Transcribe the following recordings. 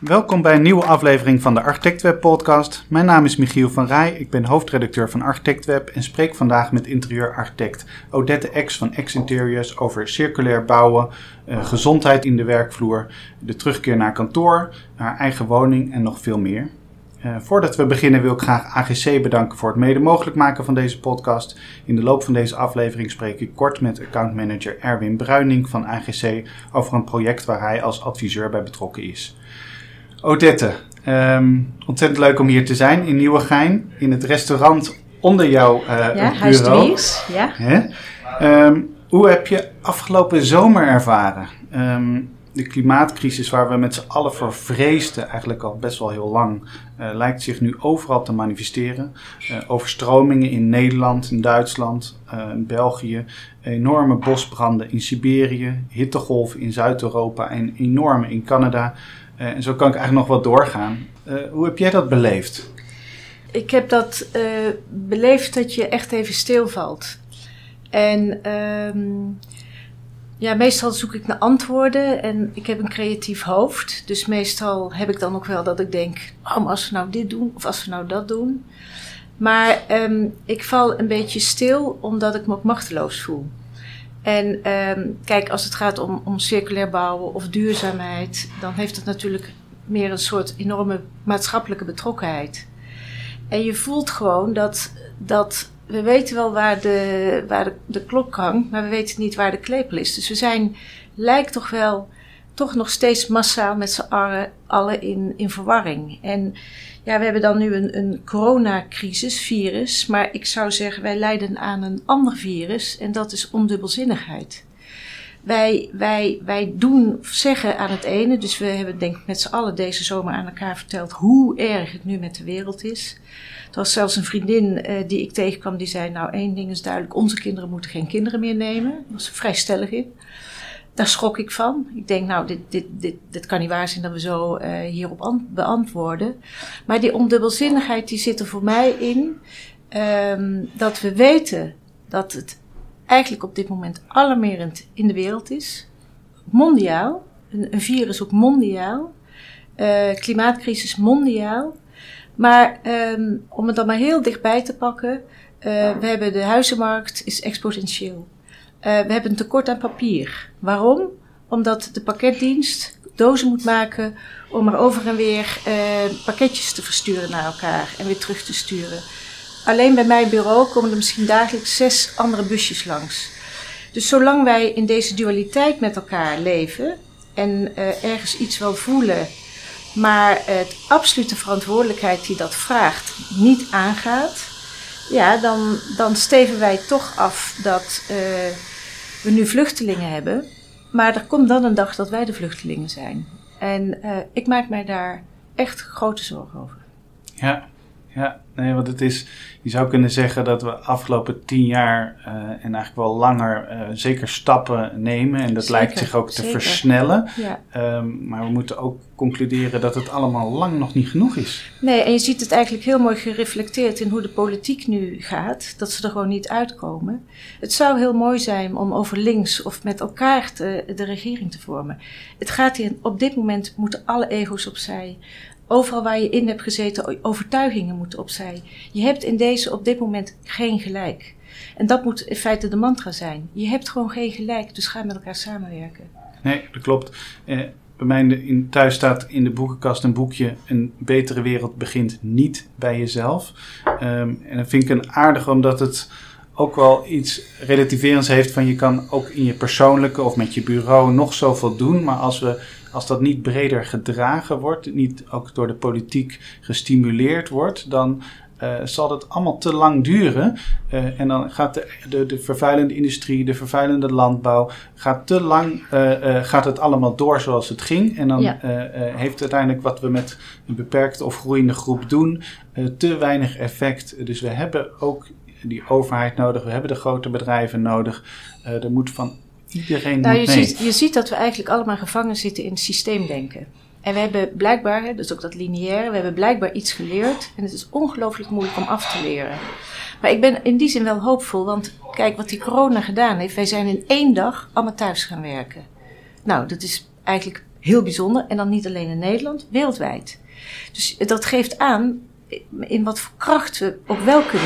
Welkom bij een nieuwe aflevering van de ArchitectWeb podcast. Mijn naam is Michiel van Rij, ik ben hoofdredacteur van ArchitectWeb en spreek vandaag met interieurarchitect Odette Ex van Ex Interiors over circulair bouwen, gezondheid in de werkvloer, de terugkeer naar kantoor, haar eigen woning en nog veel meer. Voordat we beginnen wil ik graag AGC bedanken voor het mede mogelijk maken van deze podcast. In de loop van deze aflevering spreek ik kort met accountmanager Erwin Bruining van AGC over een project waar hij als adviseur bij betrokken is. Odette, ontzettend leuk om hier te zijn in Nieuwegein, in het restaurant onder jouw bureau. Huis de Wiers, ja. Hoe heb je afgelopen zomer ervaren? De klimaatcrisis waar we met z'n allen voor vreesden, eigenlijk al best wel heel lang, lijkt zich nu overal te manifesteren. Overstromingen in Nederland, in Duitsland, in België, enorme bosbranden in Siberië, hittegolven in Zuid-Europa en enorme in Canada. En zo kan ik eigenlijk nog wel doorgaan. Hoe heb jij dat beleefd? Ik heb dat beleefd dat je echt even stilvalt. En meestal zoek ik naar antwoorden en ik heb een creatief hoofd. Dus meestal heb ik dan ook wel dat ik denk, maar als we nou dit doen of als we nou dat doen. Maar ik val een beetje stil omdat ik me ook machteloos voel. En kijk, als het gaat om circulair bouwen of duurzaamheid, dan heeft het natuurlijk meer een soort enorme maatschappelijke betrokkenheid. En je voelt gewoon dat we weten wel waar de klok hangt, maar we weten niet waar de klepel is. Dus we lijkt toch nog steeds massaal met z'n allen in verwarring. En ja, we hebben dan nu een coronacrisis, virus, maar ik zou zeggen, wij lijden aan een ander virus en dat is ondubbelzinnigheid. Wij doen of zeggen aan het ene, dus we hebben denk ik met z'n allen deze zomer aan elkaar verteld hoe erg het nu met de wereld is. Er was zelfs een vriendin die ik tegenkwam die zei, nou één ding is duidelijk, onze kinderen moeten geen kinderen meer nemen. Daar was ze vrij stellig in. Daar schrok ik van. Ik denk, nou, dit kan niet waar zijn dat we zo hierop beantwoorden. Maar die ondubbelzinnigheid die zit er voor mij in. Dat we weten dat het eigenlijk op dit moment alarmerend in de wereld is. Mondiaal. Een virus ook mondiaal. Klimaatcrisis mondiaal. Maar om het dan maar heel dichtbij te pakken. We hebben de huizenmarkt is exponentieel. We hebben een tekort aan papier. Waarom? Omdat de pakketdienst dozen moet maken om er over en weer pakketjes te versturen naar elkaar en weer terug te sturen. Alleen bij mijn bureau komen er misschien dagelijks 6 andere busjes langs. Dus zolang wij in deze dualiteit met elkaar leven en ergens iets wel voelen, maar het absolute verantwoordelijkheid die dat vraagt niet aangaat, ja, dan steven wij toch af dat we nu vluchtelingen hebben. Maar er komt dan een dag dat wij de vluchtelingen zijn. En ik maak mij daar echt grote zorgen over. Ja, nee, want het is, je zou kunnen zeggen dat we afgelopen 10 jaar en eigenlijk wel langer zeker stappen nemen. En dat lijkt zich ook te versnellen. Ja. Maar we moeten ook concluderen dat het allemaal lang nog niet genoeg is. Nee, en je ziet het eigenlijk heel mooi gereflecteerd in hoe de politiek nu gaat. Dat ze er gewoon niet uitkomen. Het zou heel mooi zijn om over links of met elkaar de regering te vormen. Het gaat hier, op dit moment moeten alle ego's opzij. Overal waar je in hebt gezeten, overtuigingen moeten opzij. Je hebt op dit moment geen gelijk. En dat moet in feite de mantra zijn. Je hebt gewoon geen gelijk, dus ga met elkaar samenwerken. Nee, dat klopt. Bij mij thuis staat in de boekenkast een boekje, Een betere wereld begint niet bij jezelf. En dat vind ik een aardig, omdat het ook wel iets relativerends heeft van je kan ook in je persoonlijke of met je bureau nog zoveel doen, maar als dat niet breder gedragen wordt, niet ook door de politiek gestimuleerd wordt, dan zal het allemaal te lang duren. En dan gaat de vervuilende industrie, de vervuilende landbouw, gaat te lang, gaat het allemaal door zoals het ging. En dan heeft uiteindelijk wat we met een beperkte of groeiende groep doen, te weinig effect. Dus we hebben ook die overheid nodig, we hebben de grote bedrijven nodig. Er moet van iedereen mee. Je ziet dat we eigenlijk allemaal gevangen zitten in het systeemdenken. En we hebben blijkbaar, dus ook dat lineaire, we hebben blijkbaar iets geleerd. En het is ongelooflijk moeilijk om af te leren. Maar ik ben in die zin wel hoopvol, want kijk wat die corona gedaan heeft. Wij zijn in 1 dag allemaal thuis gaan werken. Nou, dat is eigenlijk heel bijzonder. En dan niet alleen in Nederland, wereldwijd. Dus dat geeft aan in wat voor kracht we ook wel kunnen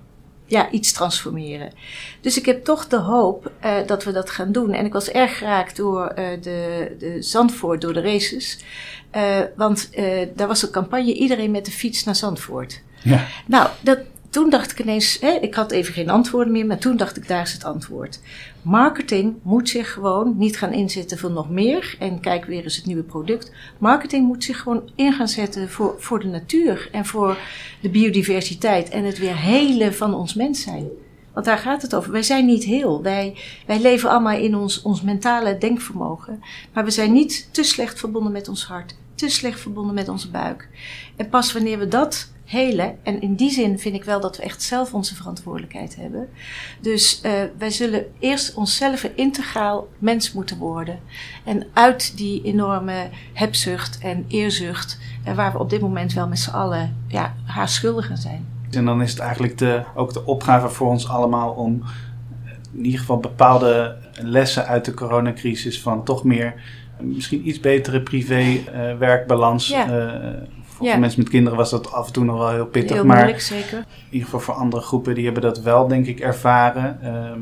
iets transformeren. Dus ik heb toch de hoop dat we dat gaan doen. En ik was erg geraakt door de Zandvoort, door de races. Want daar was een campagne, iedereen met de fiets naar Zandvoort. Ja. Nou, toen dacht ik ineens, ik had even geen antwoorden meer, maar toen dacht ik, daar is het antwoord. Marketing moet zich gewoon niet gaan inzetten voor nog meer. En kijk weer eens het nieuwe product. Marketing moet zich gewoon in gaan zetten voor de natuur en voor de biodiversiteit en het weer helen van ons mens zijn. Want daar gaat het over. Wij zijn niet heel. Wij leven allemaal in ons mentale denkvermogen. Maar we zijn niet te slecht verbonden met ons hart. Te slecht verbonden met onze buik. En pas wanneer we dat helen, en in die zin vind ik wel dat we echt zelf onze verantwoordelijkheid hebben. Dus wij zullen eerst onszelf een integraal mens moeten worden. En uit die enorme hebzucht en eerzucht, waar we op dit moment wel met z'n allen haarschuldigen zijn. En dan is het eigenlijk ook de opgave voor ons allemaal om in ieder geval bepaalde lessen uit de coronacrisis van toch meer, misschien iets betere privé-werkbalans. Voor mensen met kinderen was dat af en toe nog wel heel pittig. Heel moeilijk, zeker. In ieder geval voor andere groepen, die hebben dat wel, denk ik, ervaren.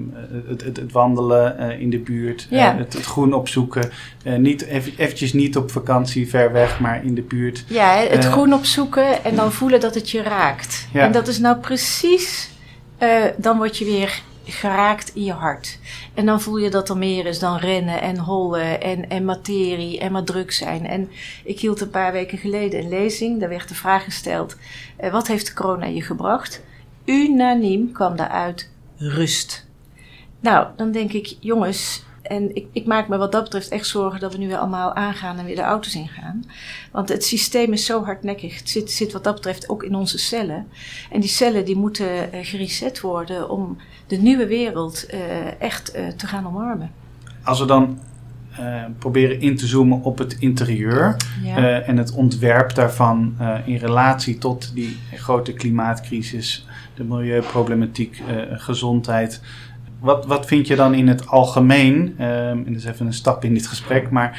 Het wandelen in de buurt, het groen opzoeken. Eventjes niet op vakantie ver weg, maar in de buurt. Ja, het groen opzoeken en dan voelen dat het je raakt. Ja. En dat is nou precies, dan word je weer geraakt in je hart. En dan voel je dat er meer is dan rennen en hollen en materie en maar druk zijn. En ik hield een paar weken geleden een lezing. Daar werd de vraag gesteld, wat heeft de corona je gebracht? Unaniem kwam daaruit rust. Nou, dan denk ik, jongens, en ik maak me wat dat betreft echt zorgen dat we nu weer allemaal aangaan en weer de auto's ingaan. Want het systeem is zo hardnekkig. Het zit wat dat betreft ook in onze cellen. En die cellen die moeten gereset worden om de nieuwe wereld echt te gaan omarmen. Als we dan proberen in te zoomen op het interieur en het ontwerp daarvan in relatie tot die grote klimaatcrisis, de milieuproblematiek, gezondheid. Wat vind je dan in het algemeen, en dat is even een stap in dit gesprek, maar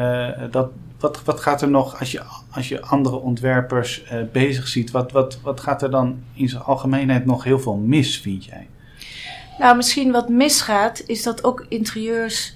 wat gaat er nog als je andere ontwerpers bezig ziet, wat gaat er dan in zijn algemeenheid nog heel veel mis, vind jij? Nou, misschien wat misgaat is dat ook interieurs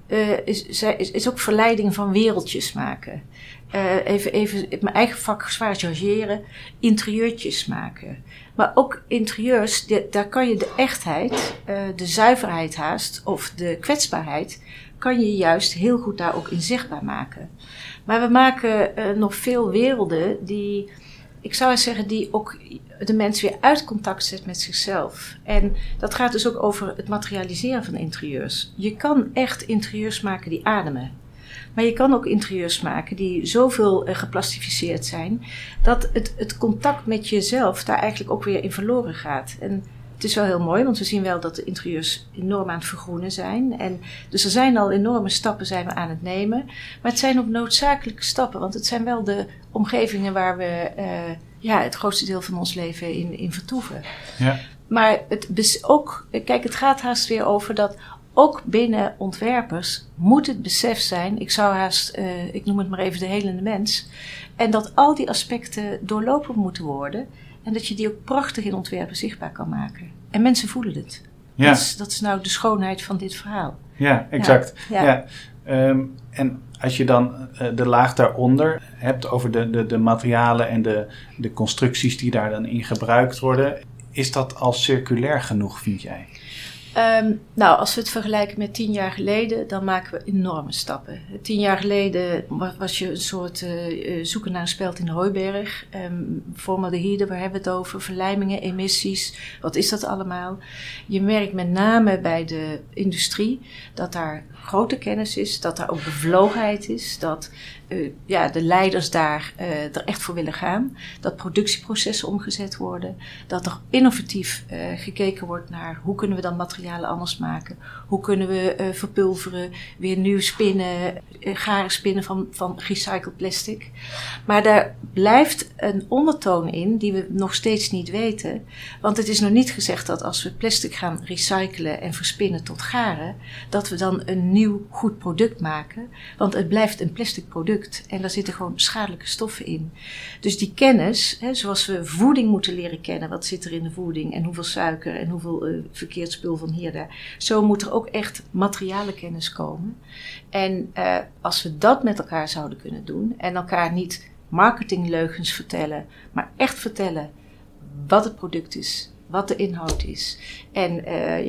is ook verleiding van wereldjes maken. Even mijn eigen vak zwaar chargeren, interieurtjes maken. Maar ook interieurs, daar kan je de echtheid, de zuiverheid haast of de kwetsbaarheid, kan je juist heel goed daar ook in zichtbaar maken. Maar we maken nog veel werelden die, ik zou eens zeggen, die ook de mens weer uit contact zet met zichzelf. En dat gaat dus ook over het materialiseren van interieurs. Je kan echt interieurs maken die ademen. Maar je kan ook interieurs maken die zoveel geplastificeerd zijn, dat het contact met jezelf daar eigenlijk ook weer in verloren gaat. En het is wel heel mooi, want we zien wel dat de interieurs enorm aan het vergroenen zijn. En dus er zijn al enorme stappen zijn we aan het nemen. Maar het zijn ook noodzakelijke stappen, want het zijn wel de omgevingen waar we het grootste deel van ons leven in vertoeven. Ja. Maar het gaat haast weer over dat ook binnen ontwerpers moet het besef zijn, ik noem het maar even de helende mens, en dat al die aspecten doorlopen moeten worden en dat je die ook prachtig in ontwerpen zichtbaar kan maken. En mensen voelen het. Ja. Dat is nou de schoonheid van dit verhaal. Ja, exact. Ja. En als je dan de laag daaronder hebt over de materialen en de constructies die daar dan in gebruikt worden, is dat al circulair genoeg, vind jij? Als we het vergelijken met 10 jaar geleden, dan maken we enorme stappen. 10 jaar geleden was je een soort zoeken naar een speld in de hooiberg. Formaldehyde, waar hebben we het over? Verlijmingen, emissies, wat is dat allemaal? Je merkt met name bij de industrie dat daar grote kennis is, dat daar ook bevlogenheid is, dat de leiders daar er echt voor willen gaan. Dat productieprocessen omgezet worden. Dat er innovatief gekeken wordt naar hoe kunnen we dan materialen anders maken. Hoe kunnen we verpulveren, weer nieuw spinnen, garen spinnen van recycled plastic. Maar daar blijft een ondertoon in die we nog steeds niet weten. Want het is nog niet gezegd dat als we plastic gaan recyclen en verspinnen tot garen, dat we dan een nieuw goed product maken. Want het blijft een plastic product en daar zitten gewoon schadelijke stoffen in. Dus die kennis, zoals we voeding moeten leren kennen, wat zit er in de voeding en hoeveel suiker en hoeveel verkeerd spul van hier daar. Zo moet er ook echt materialenkennis komen. En als we dat met elkaar zouden kunnen doen en elkaar niet marketingleugens vertellen, maar echt vertellen wat het product is, wat de inhoud is en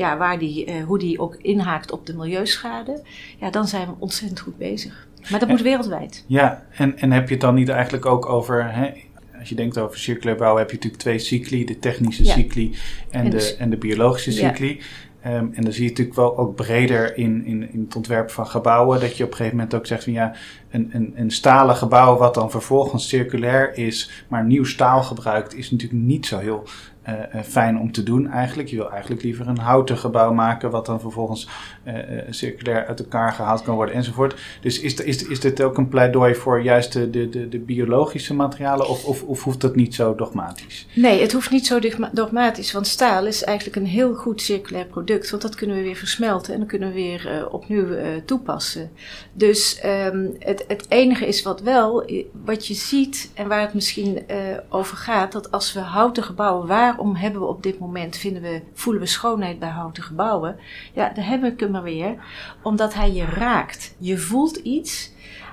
hoe die ook inhaakt op de milieuschade, dan zijn we ontzettend goed bezig. Maar dat moet wereldwijd. Ja, en heb je het dan niet eigenlijk ook over, als je denkt over circulair bouwen, heb je natuurlijk 2 cycli, de technische cycli en de biologische cycli. Ja. En dan zie je natuurlijk wel ook breder in het ontwerp van gebouwen, dat je op een gegeven moment ook zegt van een stalen gebouw wat dan vervolgens circulair is, maar nieuw staal gebruikt, is natuurlijk niet zo heel fijn om te doen eigenlijk. Je wil eigenlijk liever een houten gebouw maken wat dan vervolgens circulair uit elkaar gehaald kan worden enzovoort. Dus is dit ook een pleidooi voor juist de biologische materialen of hoeft dat niet zo dogmatisch? Nee, het hoeft niet zo dogmatisch, want staal is eigenlijk een heel goed circulair product, want dat kunnen we weer versmelten en dan kunnen we weer opnieuw toepassen. Dus het enige is wat je ziet en waar het misschien over gaat, dat als we houten gebouwen, waarom hebben we op dit moment, voelen we schoonheid bij houten gebouwen? Ja, daar heb ik hem maar weer. Omdat hij je raakt. Je voelt iets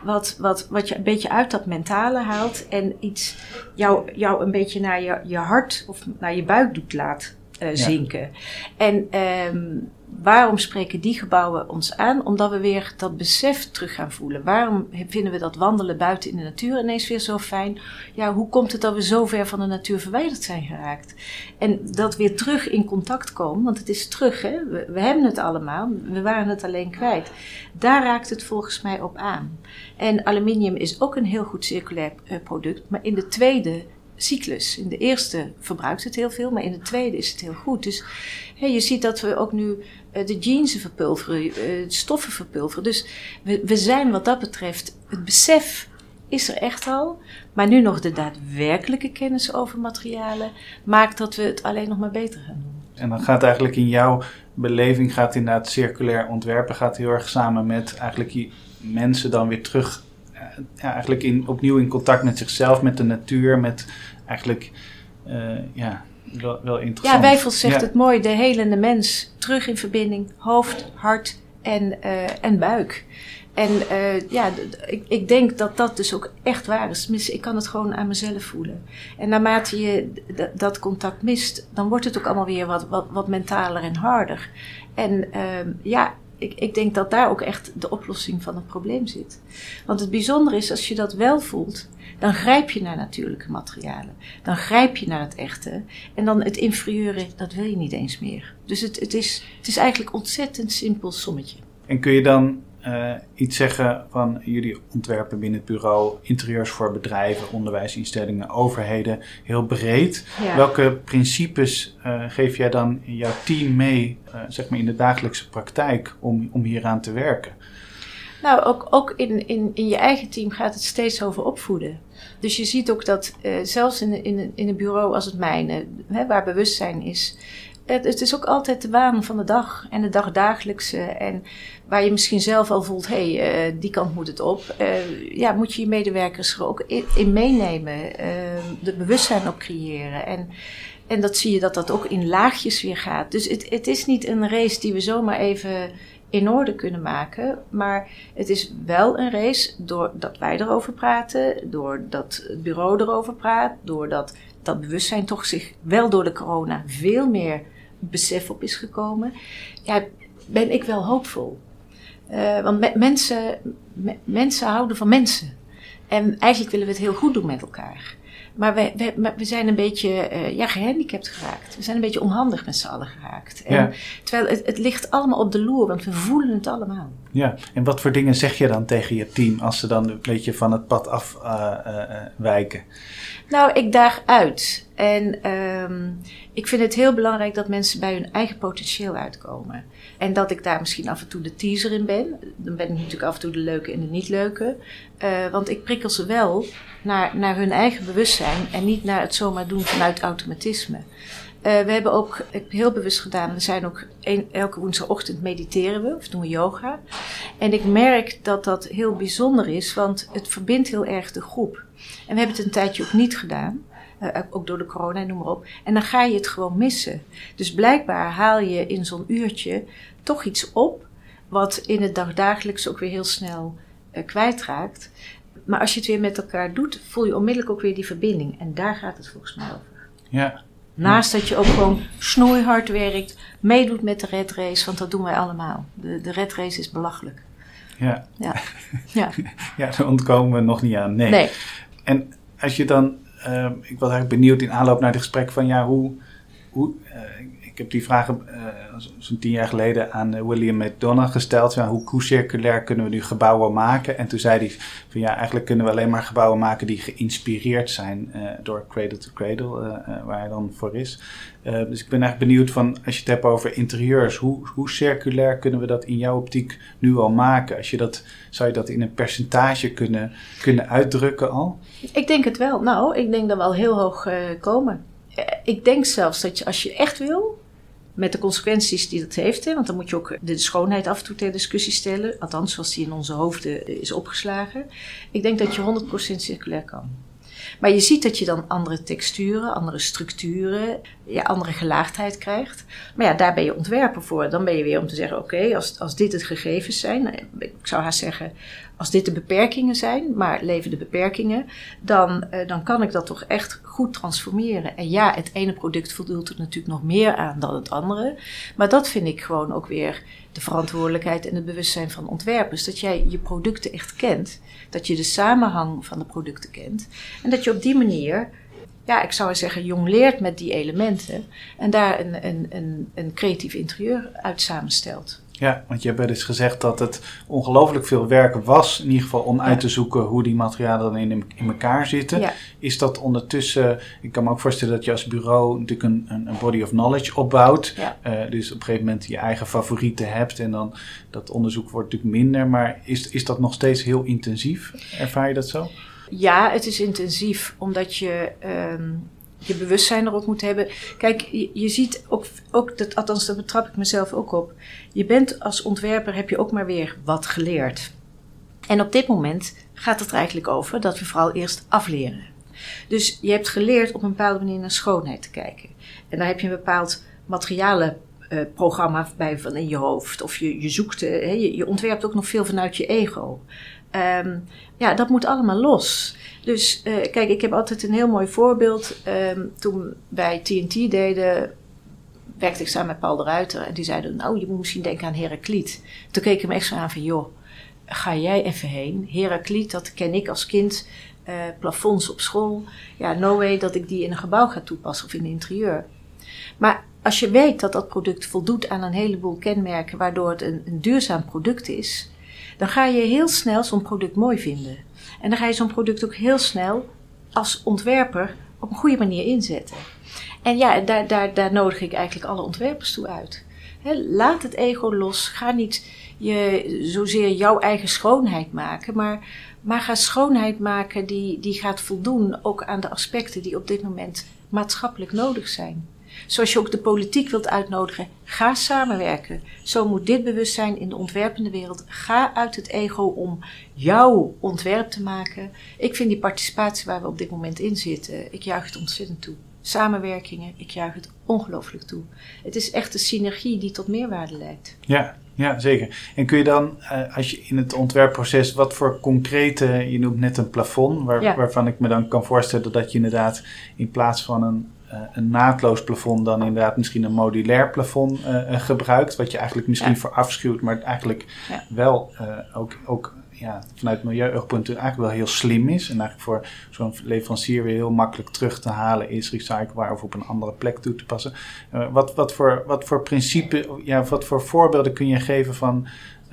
wat je een beetje uit dat mentale haalt en iets jou een beetje naar je hart of naar je buik doet zinken. En waarom spreken die gebouwen ons aan? Omdat we weer dat besef terug gaan voelen. Waarom vinden we dat wandelen buiten in de natuur ineens weer zo fijn? Ja, hoe komt het dat we zo ver van de natuur verwijderd zijn geraakt? En dat weer terug in contact komen, want het is terug, hè? We hebben het allemaal, we waren het alleen kwijt. Daar raakt het volgens mij op aan. En aluminium is ook een heel goed circulair product, maar in de tweede cyclus. In de eerste verbruikt het heel veel, maar in de tweede is het heel goed. Dus je ziet dat we ook nu de jeansen verpulveren, stoffen verpulveren. Dus we zijn wat dat betreft, het besef is er echt al, maar nu nog de daadwerkelijke kennis over materialen maakt dat we het alleen nog maar beter gaan doen. En dan gaat eigenlijk in jouw beleving, gaat inderdaad circulair ontwerpen, gaat heel erg samen met eigenlijk die mensen dan weer terug, eigenlijk opnieuw in contact met zichzelf, met de natuur, met eigenlijk, wel interessant. Ja, Wijfels zegt het mooi, de helende mens, terug in verbinding, hoofd, hart en buik. En ik denk dat dat dus ook echt waar is. Tenminste, ik kan het gewoon aan mezelf voelen. En naarmate je dat contact mist, dan wordt het ook allemaal weer wat mentaler en harder. En ik denk dat daar ook echt de oplossing van het probleem zit. Want het bijzondere is, als je dat wel voelt, dan grijp je naar natuurlijke materialen. Dan grijp je naar het echte. En dan het inferieure, dat wil je niet eens meer. Dus het is eigenlijk een ontzettend simpel sommetje. En kun je dan iets zeggen van jullie ontwerpen binnen het bureau, interieurs voor bedrijven, onderwijsinstellingen, overheden, heel breed. Ja. Welke principes geef jij dan jouw team mee, zeg maar in de dagelijkse praktijk, om hieraan te werken? Nou, ook in je eigen team gaat het steeds over opvoeden. Dus je ziet ook dat zelfs in een bureau als het mijne, waar bewustzijn is, het is ook altijd de waan van de dag en de dagdagelijkse. En waar je misschien zelf al voelt, die kant moet het op. Moet je medewerkers er ook in meenemen. De bewustzijn op creëren. En dat zie je dat ook in laagjes weer gaat. Dus het is niet een race die we zomaar even in orde kunnen maken. Maar het is wel een race doordat wij erover praten. Doordat het bureau erover praat. Doordat dat bewustzijn toch zich wel door de corona veel meer besef op is gekomen. Ja, ben ik wel hoopvol. Want mensen houden van mensen. En eigenlijk willen we het heel goed doen met elkaar. Maar we zijn een beetje gehandicapt geraakt. We zijn een beetje onhandig met z'n allen geraakt. En, terwijl het ligt allemaal op de loer, want we voelen het allemaal. Ja, en wat voor dingen zeg je dan tegen je team als ze dan een beetje van het pad afwijken? Nou, ik daag uit. En ik vind het heel belangrijk dat mensen bij hun eigen potentieel uitkomen. En dat ik daar misschien af en toe de teaser in ben. Dan ben ik natuurlijk af en toe de leuke en de niet leuke. Want ik prikkel ze wel naar hun eigen bewustzijn en niet naar het zomaar doen vanuit automatisme. We hebben ook, ik heb heel bewust gedaan, we zijn ook elke woensdagochtend mediteren we, of doen we yoga. En ik merk dat dat heel bijzonder is, want het verbindt heel erg de groep. En we hebben het een tijdje ook niet gedaan, ook door de corona, noem maar op. En dan ga je het gewoon missen. Dus blijkbaar haal je in zo'n uurtje toch iets op, wat in het dagdagelijks ook weer heel snel kwijtraakt. Maar als je het weer met elkaar doet, voel je onmiddellijk ook weer die verbinding. En daar gaat het volgens mij over. Ja. Naast dat je ook gewoon snoeihard werkt, meedoet met de red race, want dat doen wij allemaal. De red race is belachelijk. Ja. Ja. Ja, daar ontkomen we nog niet aan. Nee. En als je dan, ik was eigenlijk benieuwd in aanloop naar het gesprek van hoe ik heb die vragen zo'n 10 jaar geleden aan William McDonough gesteld. Hoe circulair kunnen we nu gebouwen maken? En toen zei hij van eigenlijk kunnen we alleen maar gebouwen maken die geïnspireerd zijn door Cradle to Cradle, waar hij dan voor is. Dus ik ben eigenlijk benieuwd van, als je het hebt over interieurs, hoe circulair kunnen we dat in jouw optiek nu al maken? Zou je dat in een percentage kunnen uitdrukken al? Ik denk het wel. Nou, ik denk dat we al heel hoog komen. Ik denk zelfs dat als je echt wil, met de consequenties die dat heeft, want dan moet je ook de schoonheid af en toe ter discussie stellen, althans zoals die in onze hoofden is opgeslagen. Ik denk dat je 100% circulair kan. Maar je ziet dat je dan andere texturen, andere structuren, andere gelaagdheid krijgt. Maar daar ben je ontwerper voor. Dan ben je weer om te zeggen, oké, als dit het gegevens zijn, ik zou haast zeggen, als dit de beperkingen zijn, maar leven de beperkingen, dan kan ik dat toch echt goed transformeren. En het ene product voldoet er natuurlijk nog meer aan dan het andere. Maar dat vind ik gewoon ook weer de verantwoordelijkheid en het bewustzijn van ontwerpers. Dat jij je producten echt kent. Dat je de samenhang van de producten kent. En dat je op die manier, ik zou zeggen, jong leert met die elementen. En daar een creatief interieur uit samenstelt. Ja, want je hebt dus gezegd dat het ongelooflijk veel werk was, in ieder geval om uit te zoeken hoe die materialen dan in elkaar zitten. Ja. Is dat ondertussen, ik kan me ook voorstellen dat je als bureau natuurlijk een body of knowledge opbouwt. Ja. Dus op een gegeven moment je eigen favorieten hebt en dan dat onderzoek wordt natuurlijk minder. Maar is dat nog steeds heel intensief? Ervaar je dat zo? Ja, het is intensief, omdat je je bewustzijn erop moet hebben. Kijk, je ziet ook dat, althans daar betrap ik mezelf ook op. Je bent als ontwerper, heb je ook maar weer wat geleerd. En op dit moment gaat het er eigenlijk over dat we vooral eerst afleren. Dus je hebt geleerd op een bepaalde manier naar schoonheid te kijken. En daar heb je een bepaald materialenprogramma bij van in je hoofd. Of je zoekt, je ontwerpt ook nog veel vanuit je ego. Dat moet allemaal los. Dus kijk, ik heb altijd een heel mooi voorbeeld. Toen wij TNT deden, werkte ik samen met Paul de Ruiter. En die zeiden, je moet misschien denken aan Herakliet. Toen keek ik hem echt zo aan van, joh, ga jij even heen. Herakliet, dat ken ik als kind. Plafonds op school. Ja, no way dat ik die in een gebouw ga toepassen of in een interieur. Maar als je weet dat dat product voldoet aan een heleboel kenmerken, waardoor het een duurzaam product is, dan ga je heel snel zo'n product mooi vinden. En dan ga je zo'n product ook heel snel als ontwerper op een goede manier inzetten. En daar nodig ik eigenlijk alle ontwerpers toe uit. Laat het ego los. Ga niet zozeer jouw eigen schoonheid maken, maar ga schoonheid maken die gaat voldoen ook aan de aspecten die op dit moment maatschappelijk nodig zijn. Zoals je ook de politiek wilt uitnodigen, ga samenwerken. Zo moet dit bewustzijn in de ontwerpende wereld. Ga uit het ego om jouw ontwerp te maken. Ik vind die participatie waar we op dit moment in zitten, ik juich het ontzettend toe. Samenwerkingen, ik juich het ongelooflijk toe. Het is echt de synergie die tot meerwaarde leidt. Ja, zeker. En kun je dan, als je in het ontwerpproces, wat voor concrete, je noemt net een plafond, waarvan ik me dan kan voorstellen dat je inderdaad in plaats van een naadloos plafond dan inderdaad misschien een modulair plafond gebruikt, wat je eigenlijk misschien verafschuwt, maar eigenlijk wel ook vanuit milieuoogpunt eigenlijk wel heel slim is. En eigenlijk voor zo'n leverancier weer heel makkelijk terug te halen is, recyclebaar of op een andere plek toe te passen. Wat voor principe, wat voor voorbeelden kun je geven van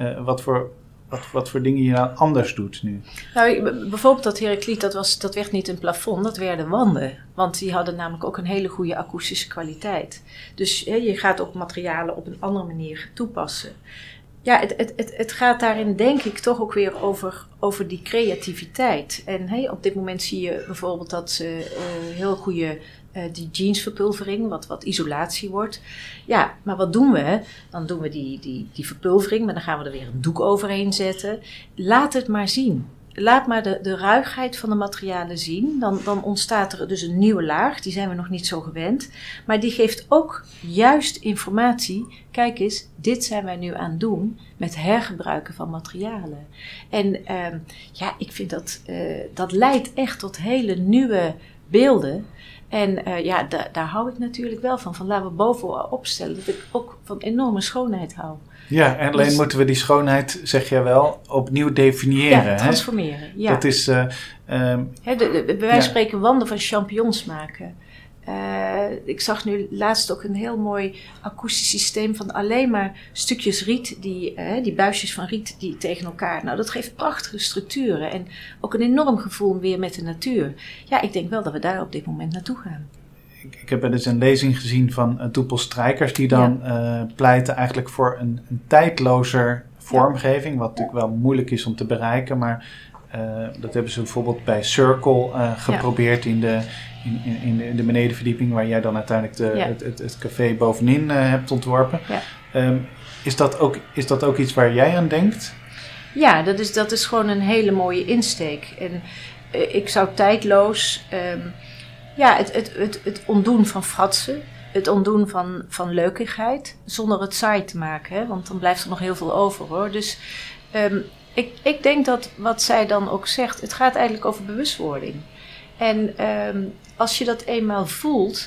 wat voor dingen je nou anders doet nu? Nou, bijvoorbeeld dat Heracliet, dat werd niet een plafond, dat werden wanden. Want die hadden namelijk ook een hele goede akoestische kwaliteit. Dus je gaat ook materialen op een andere manier toepassen. Ja, het gaat daarin denk ik toch ook weer over die creativiteit. En op dit moment zie je bijvoorbeeld dat ze heel goede die jeansverpulvering, wat isolatie wordt. Ja, maar wat doen we? Dan doen we die verpulvering, maar dan gaan we er weer een doek overheen zetten. Laat het maar zien. Laat maar de ruigheid van de materialen zien. Dan ontstaat er dus een nieuwe laag. Die zijn we nog niet zo gewend. Maar die geeft ook juist informatie. Kijk eens, dit zijn wij nu aan het doen met hergebruiken van materialen. En ik vind dat leidt echt tot hele nieuwe beelden. En daar hou ik natuurlijk wel van. Van laten we bovenop stellen dat ik ook van enorme schoonheid hou. Ja, en alleen moeten we die schoonheid, zeg jij wel, opnieuw definiëren. Ja, transformeren. Ja. Dat is... bij wijze van spreken wanden van champignons maken. Ik zag nu laatst ook een heel mooi akoestisch systeem van alleen maar stukjes riet, die buisjes van riet die tegen elkaar. Nou, dat geeft prachtige structuren en ook een enorm gevoel weer met de natuur. Ja, ik denk wel dat we daar op dit moment naartoe gaan. Ik heb dus een lezing gezien van Toepel Strijkers die dan pleiten eigenlijk voor een tijdlozer vormgeving, wat natuurlijk wel moeilijk is om te bereiken, maar dat hebben ze bijvoorbeeld bij Circle geprobeerd in de benedenverdieping, waar jij dan uiteindelijk het café bovenin hebt ontworpen. Ja. Is dat ook iets waar jij aan denkt? Ja, dat is gewoon een hele mooie insteek. En ik zou tijdloos... het ontdoen van fratsen, het ontdoen van leukigheid, zonder het saai te maken, hè? Want dan blijft er nog heel veel over, hoor. Dus ik denk dat wat zij dan ook zegt, het gaat eigenlijk over bewustwording. En als je dat eenmaal voelt,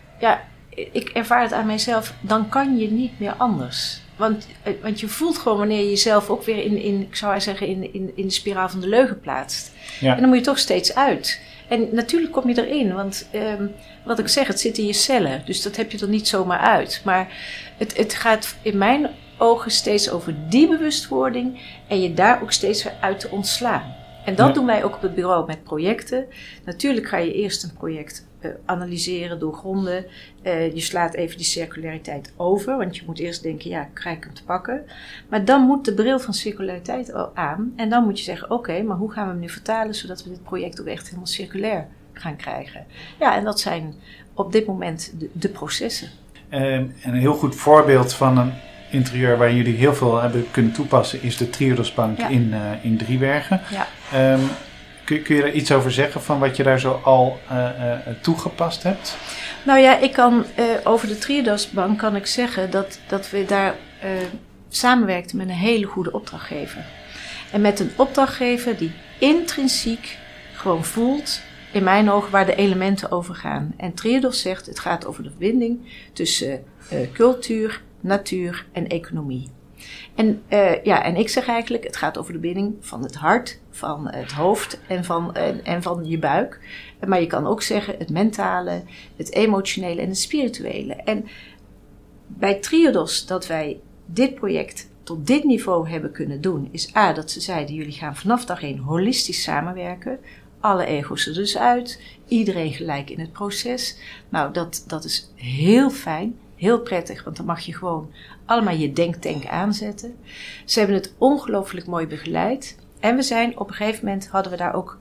ik ervaar het aan mijzelf, dan kan je niet meer anders. Want je voelt gewoon wanneer je jezelf ook weer in de spiraal van de leugen plaatst. Ja. En dan moet je toch steeds uit. En natuurlijk kom je erin, want wat ik zeg, het zit in je cellen. Dus dat heb je er niet zomaar uit. Maar het gaat in mijn ogen steeds over die bewustwording en je daar ook steeds weer uit te ontslaan. En dat doen wij ook op het bureau met projecten. Natuurlijk ga je eerst een project analyseren, doorgronden. Je slaat even die circulariteit over, want je moet eerst denken, krijg ik hem te pakken. Maar dan moet de bril van circulariteit aan. En dan moet je zeggen, oké, maar hoe gaan we hem nu vertalen, zodat we dit project ook echt helemaal circulair gaan krijgen. Ja, en dat zijn op dit moment de processen. En een heel goed voorbeeld van een interieur waar jullie heel veel hebben kunnen toepassen is de Triodosbank in Driebergen. Ja. Kun je daar iets over zeggen van wat je daar zo al toegepast hebt? Nou ja, ik kan over de Triodosbank kan ik zeggen dat we daar samenwerkten met een hele goede opdrachtgever. En met een opdrachtgever die intrinsiek gewoon voelt, in mijn ogen, waar de elementen over gaan. En Triodos zegt, het gaat over de verbinding tussen cultuur, natuur en economie. En ik zeg eigenlijk, het gaat over de binding van het hart, van het hoofd en van je buik. Maar je kan ook zeggen het mentale, het emotionele en het spirituele. En bij Triodos dat wij dit project tot dit niveau hebben kunnen doen, is dat ze zeiden, jullie gaan vanaf dag 1 holistisch samenwerken. Alle ego's er dus uit, iedereen gelijk in het proces. Nou, dat is heel fijn. Heel prettig, want dan mag je gewoon allemaal je denktank aanzetten. Ze hebben het ongelooflijk mooi begeleid. En we zijn op een gegeven moment hadden we daar ook,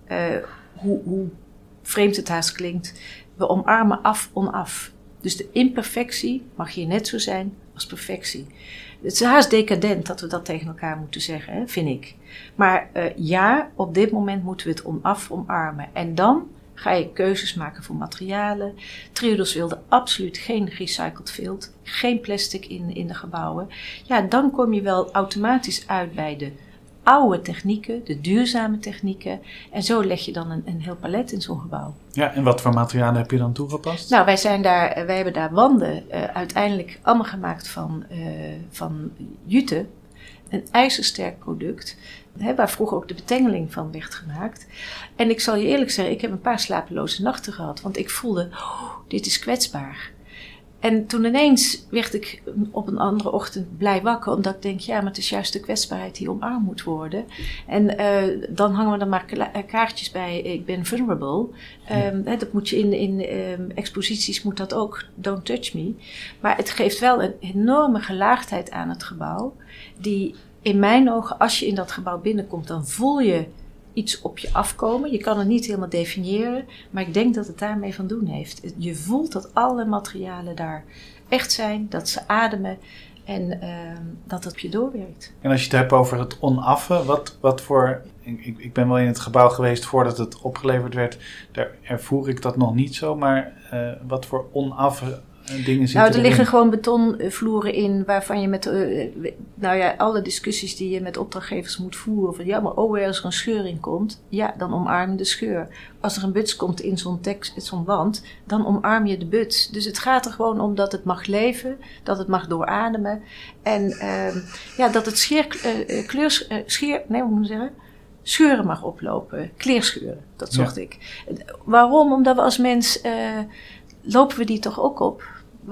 hoe vreemd het haast klinkt, we omarmen af onaf. Dus de imperfectie mag hier net zo zijn als perfectie. Het is haast decadent dat we dat tegen elkaar moeten zeggen, hè, vind ik. Maar op dit moment moeten we het onaf omarmen. En dan ga je keuzes maken voor materialen. Triodos wilde absoluut geen recycled vilt, geen plastic in de gebouwen. Ja, dan kom je wel automatisch uit bij de oude technieken, de duurzame technieken. En zo leg je dan een heel palet in zo'n gebouw. Ja, en wat voor materialen heb je dan toegepast? Nou, wij hebben daar wanden uiteindelijk allemaal gemaakt van jute. een ijzersterk product, waar vroeger ook de betengeling van werd gemaakt. En ik zal je eerlijk zeggen, ik heb een paar slapeloze nachten gehad, want ik voelde, dit is kwetsbaar. En toen ineens werd ik op een andere ochtend blij wakker, omdat ik denk, maar het is juist de kwetsbaarheid die omarmd moet worden. En dan hangen we er maar kaartjes bij, ik ben vulnerable. Dat moet je in exposities moet dat ook, don't touch me. Maar het geeft wel een enorme gelaagdheid aan het gebouw, die in mijn ogen, als je in dat gebouw binnenkomt, dan voel je iets op je afkomen. Je kan het niet helemaal definiëren, maar ik denk dat het daarmee van doen heeft. Je voelt dat alle materialen daar echt zijn, dat ze ademen en dat het op je doorwerkt. En als je het hebt over het onaffe, wat voor... Ik ben wel in het gebouw geweest voordat het opgeleverd werd. Daar ervoer ik dat nog niet zo, maar wat voor onaffe dingen zitten er liggen gewoon betonvloeren in waarvan je met alle discussies die je met opdrachtgevers moet voeren. Van maar als er een scheur in komt, dan omarm je de scheur. Als er een buts komt in zo'n wand, dan omarm je de buts. Dus het gaat er gewoon om dat het mag leven, dat het mag doorademen. En dat het scheuren mag oplopen. Kleerscheuren, dat zocht ik. Waarom? Omdat we als mens lopen we die toch ook op.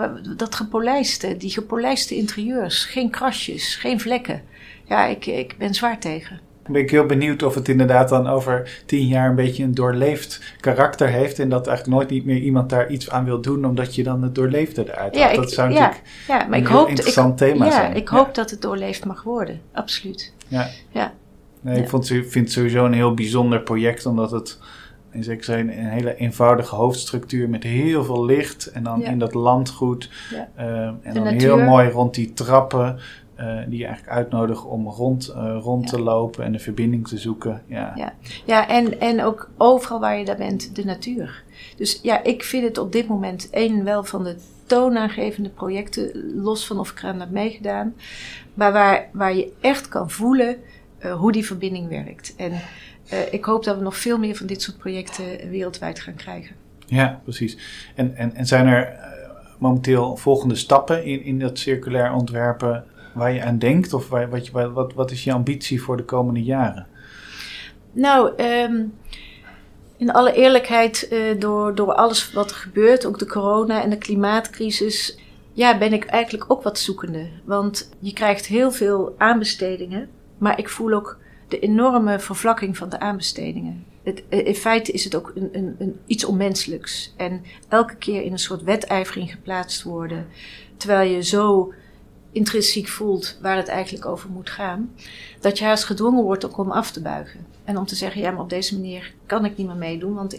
Die gepolijste interieurs. Geen krasjes, geen vlekken. Ja, ik ben zwaar tegen. Ben ik heel benieuwd of het inderdaad dan over 10 jaar een beetje een doorleefd karakter heeft. En dat eigenlijk nooit niet meer iemand daar iets aan wil doen, omdat je dan het doorleefde eruit haalt. Dat zou natuurlijk een heel interessant thema zijn. Ik hoop dat het doorleefd mag worden. Absoluut. Ja. Nee, ik vind het sowieso een heel bijzonder project, omdat het in zekere zin een hele eenvoudige hoofdstructuur met heel veel licht en dan in dat landgoed. En dan natuur. Heel mooi rond die trappen die je eigenlijk uitnodigen om rond te lopen en de verbinding te zoeken. En ook overal waar je daar bent, de natuur. Dus ik vind het op dit moment wel van de toonaangevende projecten, los van of ik eraan heb meegedaan, maar waar je echt kan voelen hoe die verbinding werkt. En ik hoop dat we nog veel meer van dit soort projecten wereldwijd gaan krijgen. Ja, precies. En zijn er momenteel volgende stappen in dat circulair ontwerpen waar je aan denkt? Of wat is je ambitie voor de komende jaren? Nou, in alle eerlijkheid, door alles wat er gebeurt, ook de corona en de klimaatcrisis, ben ik eigenlijk ook wat zoekende. Want je krijgt heel veel aanbestedingen, maar ik voel ook de enorme vervlakking van de aanbestedingen. In feite is het ook iets onmenselijks. En elke keer in een soort wedijvering geplaatst worden, terwijl je zo intrinsiek voelt waar het eigenlijk over moet gaan, dat je haast gedwongen wordt ook om af te buigen. En om te zeggen, maar op deze manier kan ik niet meer meedoen, want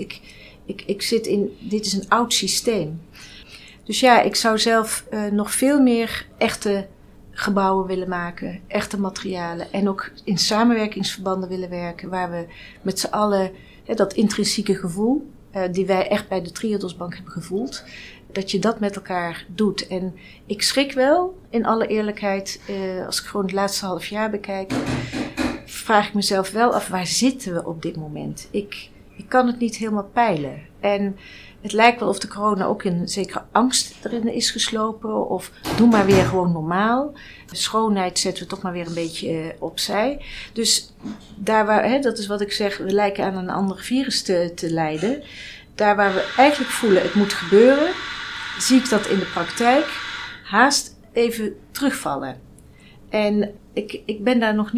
ik zit dit is een oud systeem. Dus ik zou zelf nog veel meer echte gebouwen willen maken, echte materialen en ook in samenwerkingsverbanden willen werken, waar we met z'n allen dat intrinsieke gevoel, die wij echt bij de Triodosbank hebben gevoeld, dat je dat met elkaar doet. En ik schrik wel, in alle eerlijkheid, als ik gewoon het laatste half jaar bekijk, vraag ik mezelf wel af, waar zitten we op dit moment? Ik kan het niet helemaal peilen. En het lijkt wel of de corona ook in zekere angst erin is geslopen. Of doe maar weer gewoon normaal. De schoonheid zetten we toch maar weer een beetje opzij. Dus daar waar, dat is wat ik zeg, we lijken aan een ander virus te lijden. Daar waar we eigenlijk voelen het moet gebeuren, zie ik dat in de praktijk haast even terugvallen. En ik ben daar nog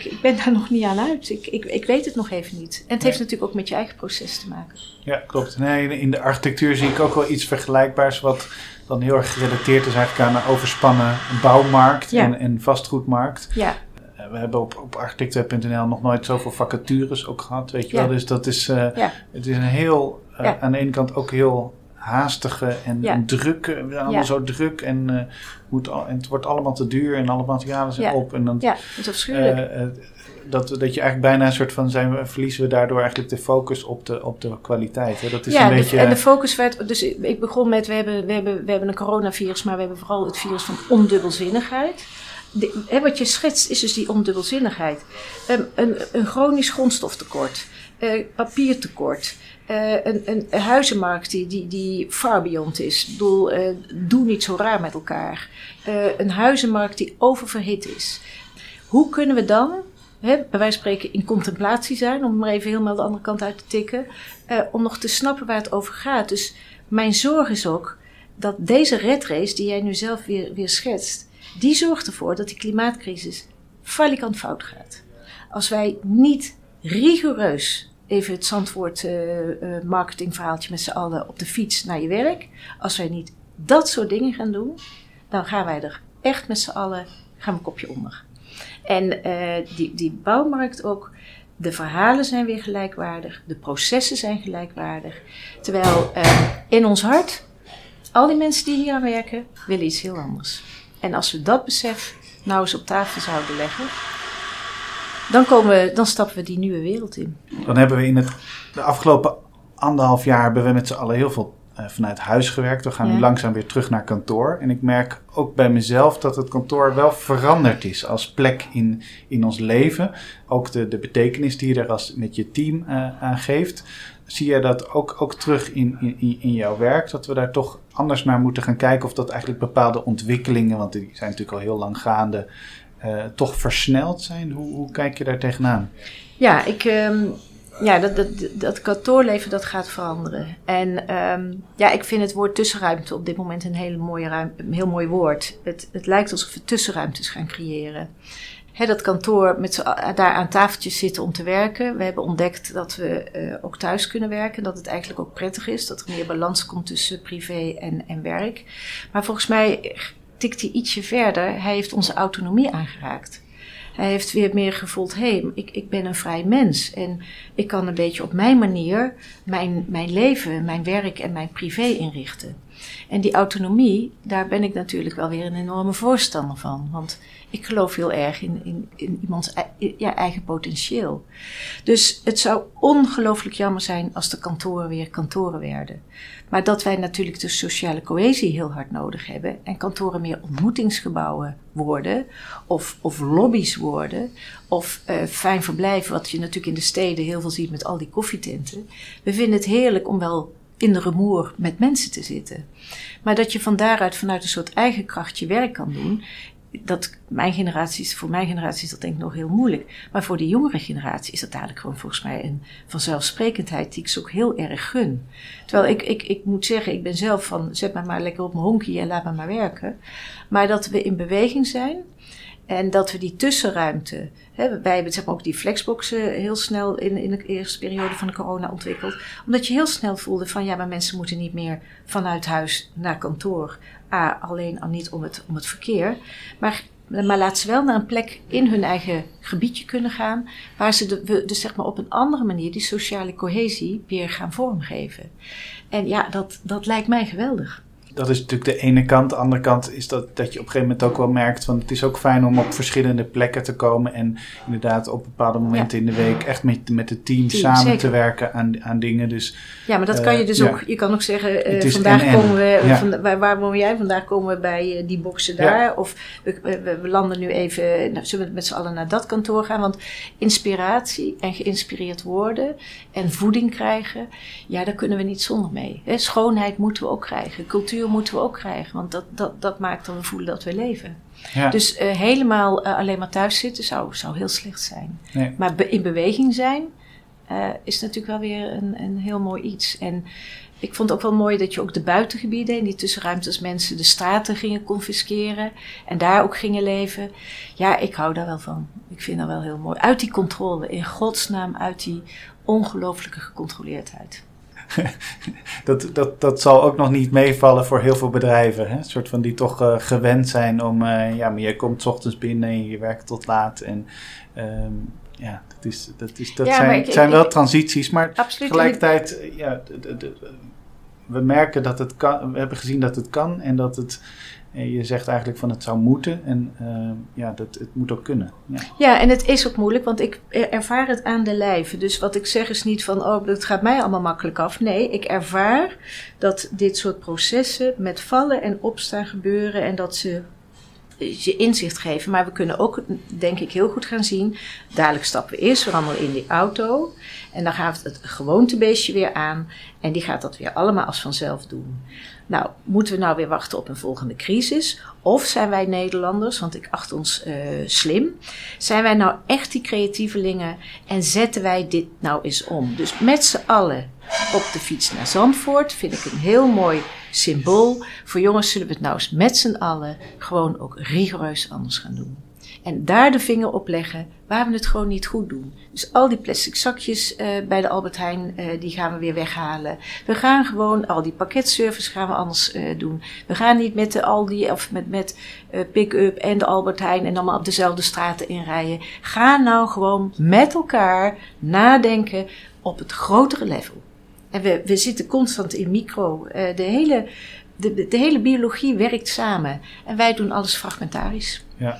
niet aan uit. Ik weet het nog even niet. En het heeft natuurlijk ook met je eigen proces te maken. Ja, klopt. Nee, in de architectuur zie ik ook wel iets vergelijkbaars, wat dan heel erg gerelateerd is eigenlijk aan een overspannen bouwmarkt en vastgoedmarkt. Ja. We hebben op architecten.nl nog nooit zoveel vacatures ook gehad, weet je wel. Dus dat is, het is een heel, aan de ene kant ook heel haastige en druk. We zijn allemaal zo druk en het wordt allemaal te duur en alle materialen zijn op. En dan, dat is afschuwelijk. Dat je eigenlijk bijna een soort van verliezen we daardoor eigenlijk de focus op de kwaliteit. Hè? Dat is een beetje. En de focus werd. Dus ik begon met we hebben een coronavirus, maar we hebben vooral het virus van ondubbelzinnigheid. Wat je schetst is dus die ondubbelzinnigheid. Een chronisch grondstoftekort, papiertekort. Een huizenmarkt die far beyond is. Ik bedoel, doe niet zo raar met elkaar. Een huizenmarkt die oververhit is. hoe kunnen we dan, bij wijze van spreken, in contemplatie zijn, om maar even helemaal de andere kant uit te tikken, om nog te snappen waar het over gaat. Dus mijn zorg is ook dat deze red race, die jij nu zelf weer schetst, die zorgt ervoor dat die klimaatcrisis falikant fout gaat. Als wij niet rigoureus, even het Zandvoort marketingverhaaltje met z'n allen op de fiets naar je werk, als wij niet dat soort dingen gaan doen, dan gaan wij er echt met z'n allen, gaan we kopje onder. En die bouwmarkt ook, de verhalen zijn weer gelijkwaardig, de processen zijn gelijkwaardig. Terwijl in ons hart, al die mensen die hier aan werken, willen iets heel anders. En als we dat besef nou eens op tafel zouden leggen, dan stappen we die nieuwe wereld in. Dan hebben we in de afgelopen 1,5 jaar hebben we met z'n allen heel veel vanuit huis gewerkt. We gaan nu langzaam weer terug naar kantoor. En ik merk ook bij mezelf dat het kantoor wel veranderd is als plek in ons leven. Ook de betekenis die je er met je team aan geeft. Zie je dat ook terug in jouw werk? Dat we daar toch anders naar moeten gaan kijken of dat eigenlijk bepaalde ontwikkelingen, want die zijn natuurlijk al heel lang gaande, toch versneld zijn? Hoe kijk je daar tegenaan? Ja, dat kantoorleven dat gaat veranderen. En ik vind het woord tussenruimte op dit moment een heel mooi woord. Het lijkt alsof we tussenruimtes gaan creëren. Dat kantoor daar aan tafeltjes zitten om te werken. We hebben ontdekt dat we ook thuis kunnen werken. Dat het eigenlijk ook prettig is. Dat er meer balans komt tussen privé en werk. Maar volgens mij tikt hij ietsje verder. Hij heeft onze autonomie aangeraakt. Hij heeft weer meer gevoeld, ik ben een vrij mens. En ik kan een beetje op mijn manier mijn leven, mijn werk en mijn privé inrichten. En die autonomie, daar ben ik natuurlijk wel weer een enorme voorstander van. Want ik geloof heel erg in iemands eigen potentieel. Dus het zou ongelooflijk jammer zijn als de kantoren weer kantoren werden. Maar dat wij natuurlijk de sociale cohesie heel hard nodig hebben. En kantoren meer ontmoetingsgebouwen worden. Of lobby's worden. Of fijn verblijf, wat je natuurlijk in de steden heel veel ziet met al die koffietenten. We vinden het heerlijk om wel in de rumoer met mensen te zitten. Maar dat je vanuit een soort eigen kracht je werk kan doen. Voor mijn generatie is dat denk ik nog heel moeilijk. Maar voor de jongere generatie is dat dadelijk gewoon volgens mij een vanzelfsprekendheid die ik ze ook heel erg gun. Terwijl ik moet zeggen, ik ben zelf van zet me maar lekker op mijn honkie en laat me maar werken. Maar dat we in beweging zijn en dat we die tussenruimte, wij hebben zeg maar ook die flexboxen heel snel in de eerste periode van de corona ontwikkeld. Omdat je heel snel voelde van maar mensen moeten niet meer vanuit huis naar kantoor. Alleen al niet om het verkeer. Maar laat ze wel naar een plek in hun eigen gebiedje kunnen gaan. Waar ze dus zeg maar op een andere manier die sociale cohesie weer gaan vormgeven. En dat lijkt mij geweldig. Dat is natuurlijk de ene kant. De andere kant is dat je op een gegeven moment ook wel merkt van het is ook fijn om op verschillende plekken te komen en inderdaad op bepaalde momenten in de week echt met het team samen zeker te werken aan dingen. Dus, maar dat kan je dus ook, je kan ook zeggen vandaag komen we, waar woon jij? Vandaag komen we bij die boxen daar. Ja. Of we landen nu even, zullen we met z'n allen naar dat kantoor gaan? Want inspiratie en geïnspireerd worden en voeding krijgen, daar kunnen we niet zonder mee. Schoonheid moeten we ook krijgen. Cultuur moeten we ook krijgen, want dat maakt dat we voelen dat we leven. Ja. Dus helemaal alleen maar thuis zitten zou heel slecht zijn. Nee. Maar in beweging zijn is natuurlijk wel weer een heel mooi iets. En ik vond het ook wel mooi dat je ook de buitengebieden en die tussenruimtes mensen de straten gingen confisceren en daar ook gingen leven. Ja, ik hou daar wel van. Ik vind dat wel heel mooi. Uit die controle, in godsnaam uit die ongelooflijke gecontroleerdheid. Dat zal ook nog niet meevallen voor heel veel bedrijven. Hè? Een soort van die toch gewend zijn om... maar je komt 's ochtends binnen en je werkt tot laat. En dat zijn wel transities. Maar absoluut, tegelijkertijd... we merken dat het kan. We hebben gezien dat het kan. En dat het... Je zegt eigenlijk van het zou moeten en het moet ook kunnen. Ja, en het is ook moeilijk, want ik ervaar het aan de lijve. Dus wat ik zeg is niet van, dat gaat mij allemaal makkelijk af. Nee, ik ervaar dat dit soort processen met vallen en opstaan gebeuren en dat ze je inzicht geven. Maar we kunnen ook, denk ik, heel goed gaan zien. Dadelijk stappen we eerst weer allemaal in die auto. En dan gaat het gewoontebeestje weer aan. En die gaat dat weer allemaal als vanzelf doen. Nou, moeten we nou weer wachten op een volgende crisis? Of zijn wij Nederlanders, want ik acht ons slim. Zijn wij nou echt die creatievelingen en zetten wij dit nou eens om? Dus met z'n allen op de fiets naar Zandvoort vind ik een heel mooi symbool. Voor jongens zullen we het nou eens met z'n allen gewoon ook rigoureus anders gaan doen. En daar de vinger op leggen waar we het gewoon niet goed doen. Dus al die plastic zakjes bij de Albert Heijn, die gaan we weer weghalen. We gaan gewoon, al die pakketservice gaan we anders doen. We gaan niet met de Aldi of met Pick-up en de Albert Heijn en allemaal op dezelfde straten inrijden. Ga nou gewoon met elkaar nadenken op het grotere level. En we zitten constant in micro. De hele biologie werkt samen. En wij doen alles fragmentarisch. Ja.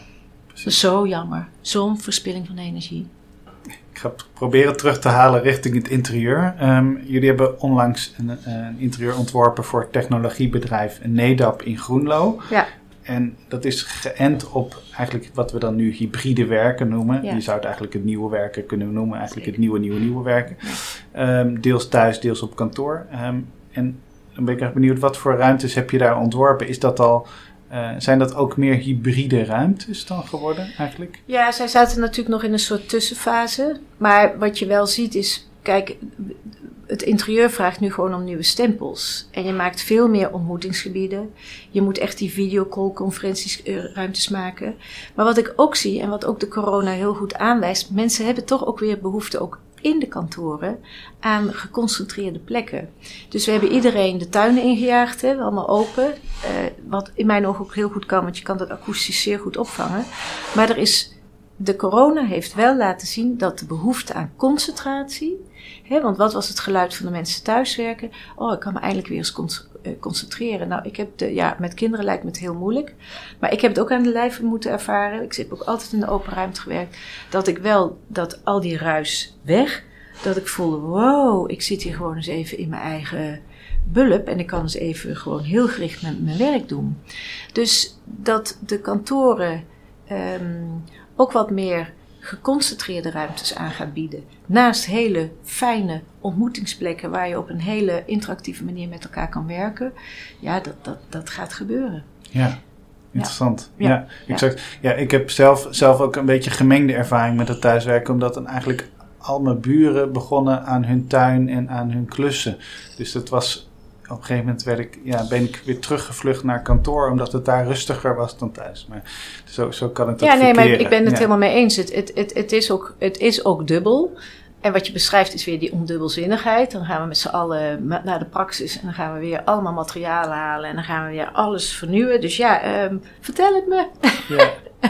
Zo jammer. Zo'n verspilling van energie. Ik ga proberen terug te halen richting het interieur. Jullie hebben onlangs een interieur ontworpen voor het technologiebedrijf Nedap in Groenlo. Ja. En dat is geënt op eigenlijk wat we dan nu hybride werken noemen. Ja. Je zou het eigenlijk het nieuwe werken kunnen noemen. Eigenlijk Zeker. Het nieuwe werken. Ja. Deels thuis, deels op kantoor. En dan ben ik echt benieuwd, wat voor ruimtes heb je daar ontworpen? Is dat al... zijn dat ook meer hybride ruimtes dan geworden eigenlijk? Ja, zij zaten natuurlijk nog in een soort tussenfase. Maar wat je wel ziet is, kijk, het interieur vraagt nu gewoon om nieuwe stempels. En je maakt veel meer ontmoetingsgebieden. Je moet echt die videocall-conferenties ruimtes maken. Maar wat ik ook zie, en wat ook de corona heel goed aanwijst, mensen hebben toch ook weer behoefte ook in de kantoren aan geconcentreerde plekken. Dus we hebben iedereen de tuinen ingejaagd, hè, allemaal open. Wat in mijn ogen ook heel goed kan, want je kan dat akoestisch zeer goed opvangen. Maar de corona heeft wel laten zien dat de behoefte aan concentratie, hè, want wat was het geluid van de mensen thuiswerken? Oh, ik kan me eindelijk weer eens concentreren. Nou, ik heb met kinderen lijkt me het heel moeilijk. Maar ik heb het ook aan de lijve moeten ervaren. Ik heb ook altijd in de open ruimte gewerkt. Dat al die ruis weg, dat ik voelde, wow, ik zit hier gewoon eens even in mijn eigen bulp en ik kan eens even gewoon heel gericht mijn werk doen. Dus dat de kantoren ook wat meer geconcentreerde ruimtes aan gaat bieden. Naast hele fijne ontmoetingsplekken waar je op een hele interactieve manier met elkaar kan werken. Ja, dat gaat gebeuren. Ja, interessant. Ja, exact. Ja, ik heb zelf ook een beetje gemengde ervaring met het thuiswerken, omdat dan eigenlijk al mijn buren begonnen aan hun tuin en aan hun klussen. Dus dat was... Op een gegeven moment ben ik weer teruggevlucht naar kantoor, omdat het daar rustiger was dan thuis. Maar zo kan het ook verkeren. Maar ik ben het helemaal mee eens. Het is ook dubbel. En wat je beschrijft is weer die ondubbelzinnigheid. Dan gaan we met z'n allen naar de praxis en dan gaan we weer allemaal materialen halen en dan gaan we weer alles vernieuwen. Dus vertel het me. Ja.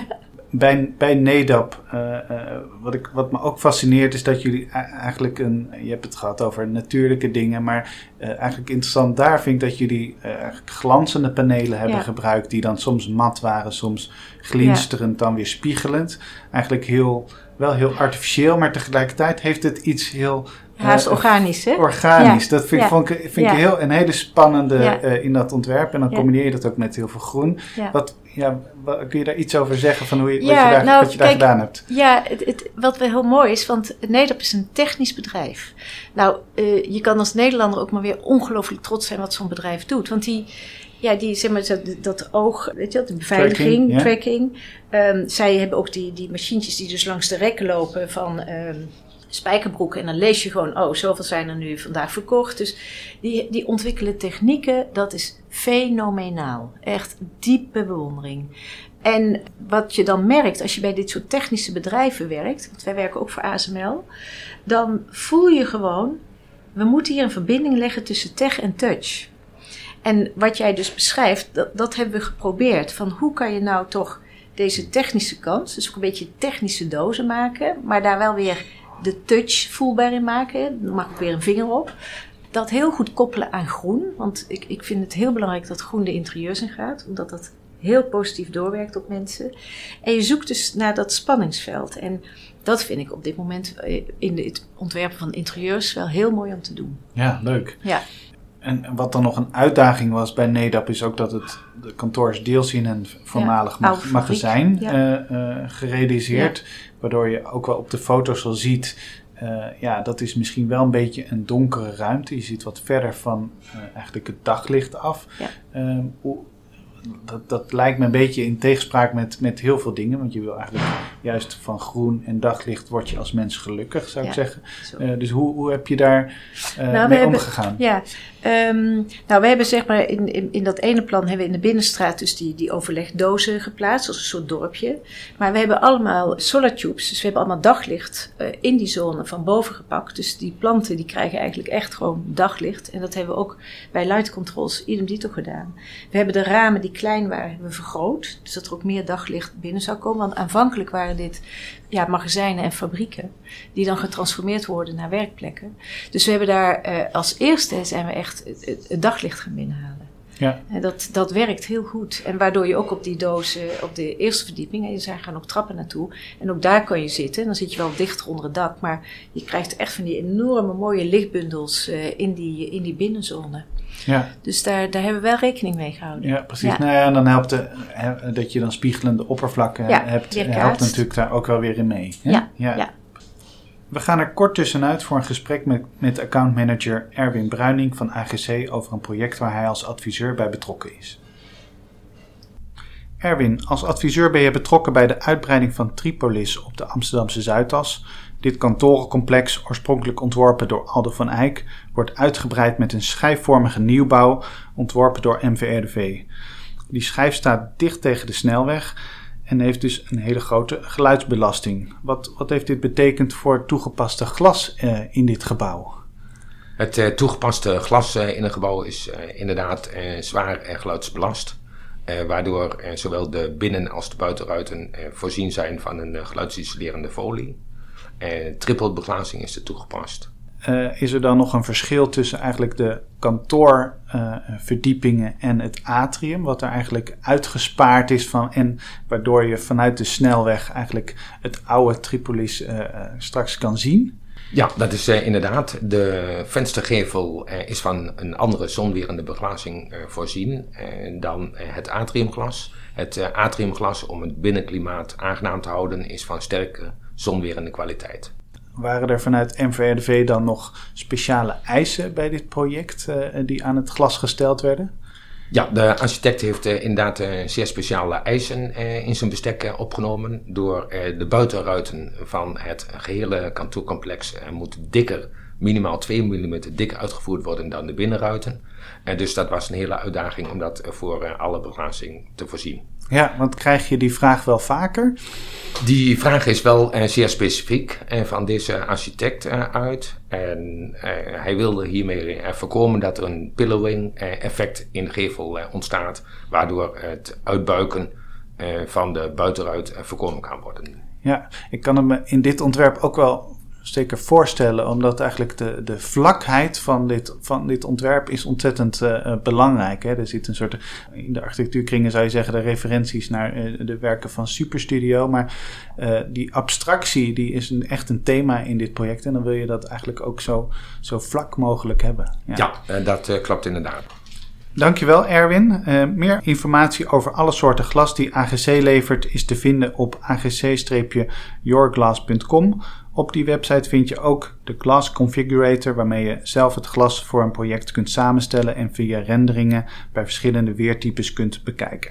Bij Nedap, wat me ook fascineert is dat jullie eigenlijk je hebt het gehad over natuurlijke dingen, maar eigenlijk interessant daar vind ik dat jullie eigenlijk glanzende panelen hebben gebruikt die dan soms mat waren, soms glinsterend, dan weer spiegelend. Eigenlijk wel heel artificieel, maar tegelijkertijd heeft het iets heel... Haast organisch, hè? Organisch. Ja. Dat vind ik heel een hele spannende in dat ontwerp. En dan combineer je dat ook met heel veel groen. Ja. Kun je daar iets over zeggen van wat je daar gedaan hebt? Ja, wat wel heel mooi is, want Nedap is een technisch bedrijf. Nou, je kan als Nederlander ook maar weer ongelooflijk trots zijn wat zo'n bedrijf doet. Want die zeg maar, dat oog, weet je, de beveiliging, tracking. Zij hebben ook die machientjes die dus langs de rekken lopen van... spijkerbroeken en dan lees je gewoon, zoveel zijn er nu vandaag verkocht. Dus die ontwikkelen technieken, dat is fenomenaal. Echt diepe bewondering. En wat je dan merkt als je bij dit soort technische bedrijven werkt, want wij werken ook voor ASML, dan voel je gewoon, we moeten hier een verbinding leggen tussen tech en touch. En wat jij dus beschrijft, dat hebben we geprobeerd. Van hoe kan je nou toch deze technische kant, dus ook een beetje technische dozen maken, maar daar wel weer de touch voelbaar in maken. Dan mag ik weer een vinger op. Dat heel goed koppelen aan groen. Want ik vind het heel belangrijk dat groen de interieurs in gaat. Omdat dat heel positief doorwerkt op mensen. En je zoekt dus naar dat spanningsveld. En dat vind ik op dit moment in het ontwerpen van interieurs wel heel mooi om te doen. Ja, leuk. Ja. En wat dan nog een uitdaging was bij NEDAP is ook dat de kantoor is deels in een voormalig magazijn gerealiseerd. Ja. Waardoor je ook wel op de foto's al ziet, dat is misschien wel een beetje een donkere ruimte. Je ziet wat verder van eigenlijk het daglicht af. Ja. Dat lijkt me een beetje in tegenspraak met heel veel dingen. Want je wil eigenlijk juist van groen en daglicht word je als mens gelukkig, zou ik zeggen. Dus hoe heb je daar mee omgegaan? We hebben zeg maar in dat ene plan hebben we in de binnenstraat dus die overlegdozen geplaatst. Als een soort dorpje. Maar we hebben allemaal solar tubes. Dus we hebben allemaal daglicht in die zone van boven gepakt. Dus die planten die krijgen eigenlijk echt gewoon daglicht. En dat hebben we ook bij light controls idem dito gedaan. We hebben de ramen die klein waren, hebben we vergroot. Dus dat er ook meer daglicht binnen zou komen. Want aanvankelijk waren dit magazijnen en fabrieken die dan getransformeerd worden naar werkplekken. Dus we hebben daar als eerste zijn we echt het daglicht gaan binnenhalen. Ja. En dat werkt heel goed. En waardoor je ook op die dozen, op de eerste verdieping, en daar gaan ook trappen naartoe. En ook daar kan je zitten. En dan zit je wel dichter onder het dak. Maar je krijgt echt van die enorme mooie lichtbundels in die binnenzone. Ja. Dus daar hebben we wel rekening mee gehouden. Ja, precies. Ja. Nou ja, en dan helpt dat je dan spiegelende oppervlakken hebt. Helpt natuurlijk daar ook wel weer in mee. Hè? Ja. We gaan er kort tussenuit voor een gesprek met accountmanager Erwin Bruining van AGC over een project waar hij als adviseur bij betrokken is. Erwin, als adviseur ben je betrokken bij de uitbreiding van Tripolis op de Amsterdamse Zuidas. Dit kantorencomplex, oorspronkelijk ontworpen door Aldo van Eyck, wordt uitgebreid met een schijfvormige nieuwbouw, ontworpen door MVRDV. Die schijf staat dicht tegen de snelweg en heeft dus een hele grote geluidsbelasting. Wat heeft dit betekend voor het toegepaste glas in dit gebouw? Het toegepaste glas in het gebouw is inderdaad zwaar en geluidsbelast. Waardoor zowel de binnen- als de buitenruiten voorzien zijn van een geluidsisolerende folie. Trippelbeglazing is er toegepast. Is er dan nog een verschil tussen eigenlijk de kantoorverdiepingen en het atrium, wat er eigenlijk uitgespaard is van en waardoor je vanuit de snelweg eigenlijk het oude Tripolis straks kan zien? Ja, dat is inderdaad. De venstergevel is van een andere zonwerende beglazing voorzien dan het atriumglas. Het atriumglas, om het binnenklimaat aangenaam te houden, is van sterke zonwerende kwaliteit. Waren er vanuit MVRDV dan nog speciale eisen bij dit project die aan het glas gesteld werden? Ja, de architect heeft inderdaad zeer speciale eisen in zijn bestek opgenomen. Door de buitenruiten van het gehele kantoorcomplex moeten dikker, minimaal 2 mm dikker uitgevoerd worden dan de binnenruiten. Dus dat was een hele uitdaging om dat voor alle beglazing te voorzien. Ja, want krijg je die vraag wel vaker? Die vraag is wel zeer specifiek van deze architect uit. En hij wilde hiermee voorkomen dat er een pillowing effect in de gevel ontstaat, waardoor het uitbuiken van de buitenruit voorkomen kan worden. Ja, ik kan het me in dit ontwerp ook wel zeker voorstellen, omdat eigenlijk de vlakheid van dit ontwerp is ontzettend belangrijk. Hè? Er zit een soort, in de architectuurkringen zou je zeggen, de referenties naar de werken van Superstudio, maar die abstractie die is echt een thema in dit project en dan wil je dat eigenlijk ook zo vlak mogelijk hebben. Ja, dat klopt inderdaad. Dankjewel Erwin. Meer informatie over alle soorten glas die AGC levert is te vinden op agc-yourglass.com. Op die website vind je ook de Glass Configurator, waarmee je zelf het glas voor een project kunt samenstellen en via renderingen bij verschillende weertypes kunt bekijken.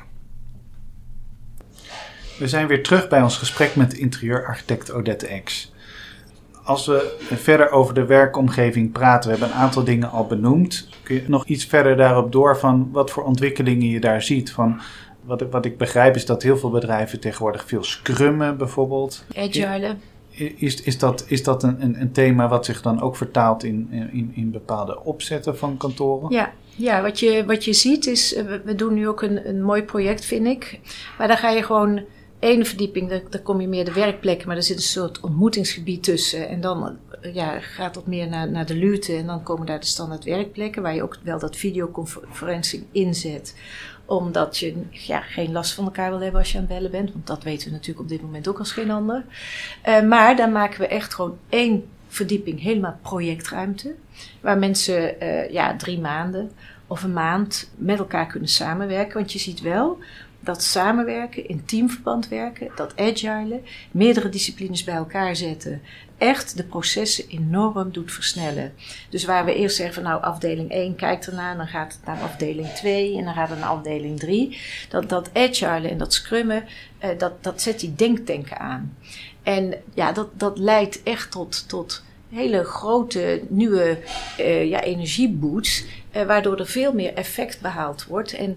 We zijn weer terug bij ons gesprek met interieurarchitect Odette Ex. Als we verder over de werkomgeving praten, we hebben een aantal dingen al benoemd. Kun je nog iets verder daarop door van wat voor ontwikkelingen je daar ziet? Van wat ik begrijp is dat heel veel bedrijven tegenwoordig veel scrummen bijvoorbeeld. Agile. Is dat een thema wat zich dan ook vertaalt in bepaalde opzetten van kantoren? Ja, wat je ziet is, we doen nu ook een mooi project, vind ik. Maar dan ga je gewoon ene verdieping, daar kom je meer de werkplekken, maar er zit een soort ontmoetingsgebied tussen. En dan gaat dat meer naar de luwte en dan komen daar de standaard werkplekken, waar je ook wel dat videoconferencing inzet. Omdat je geen last van elkaar wil hebben als je aan het bellen bent. Want dat weten we natuurlijk op dit moment ook als geen ander. Maar dan maken we echt gewoon één verdieping helemaal projectruimte. Waar mensen 3 maanden of een maand met elkaar kunnen samenwerken. Want je ziet wel dat samenwerken, in teamverband werken, dat agile, meerdere disciplines bij elkaar zetten, echt de processen enorm doet versnellen. Dus waar we eerst zeggen van afdeling 1 kijkt ernaar, dan gaat het naar afdeling 2 en dan gaat het naar afdeling 3. Dat agile en dat scrummen, dat zet die denktanken aan. En dat leidt echt tot hele grote nieuwe energieboosts, waardoor er veel meer effect behaald wordt. En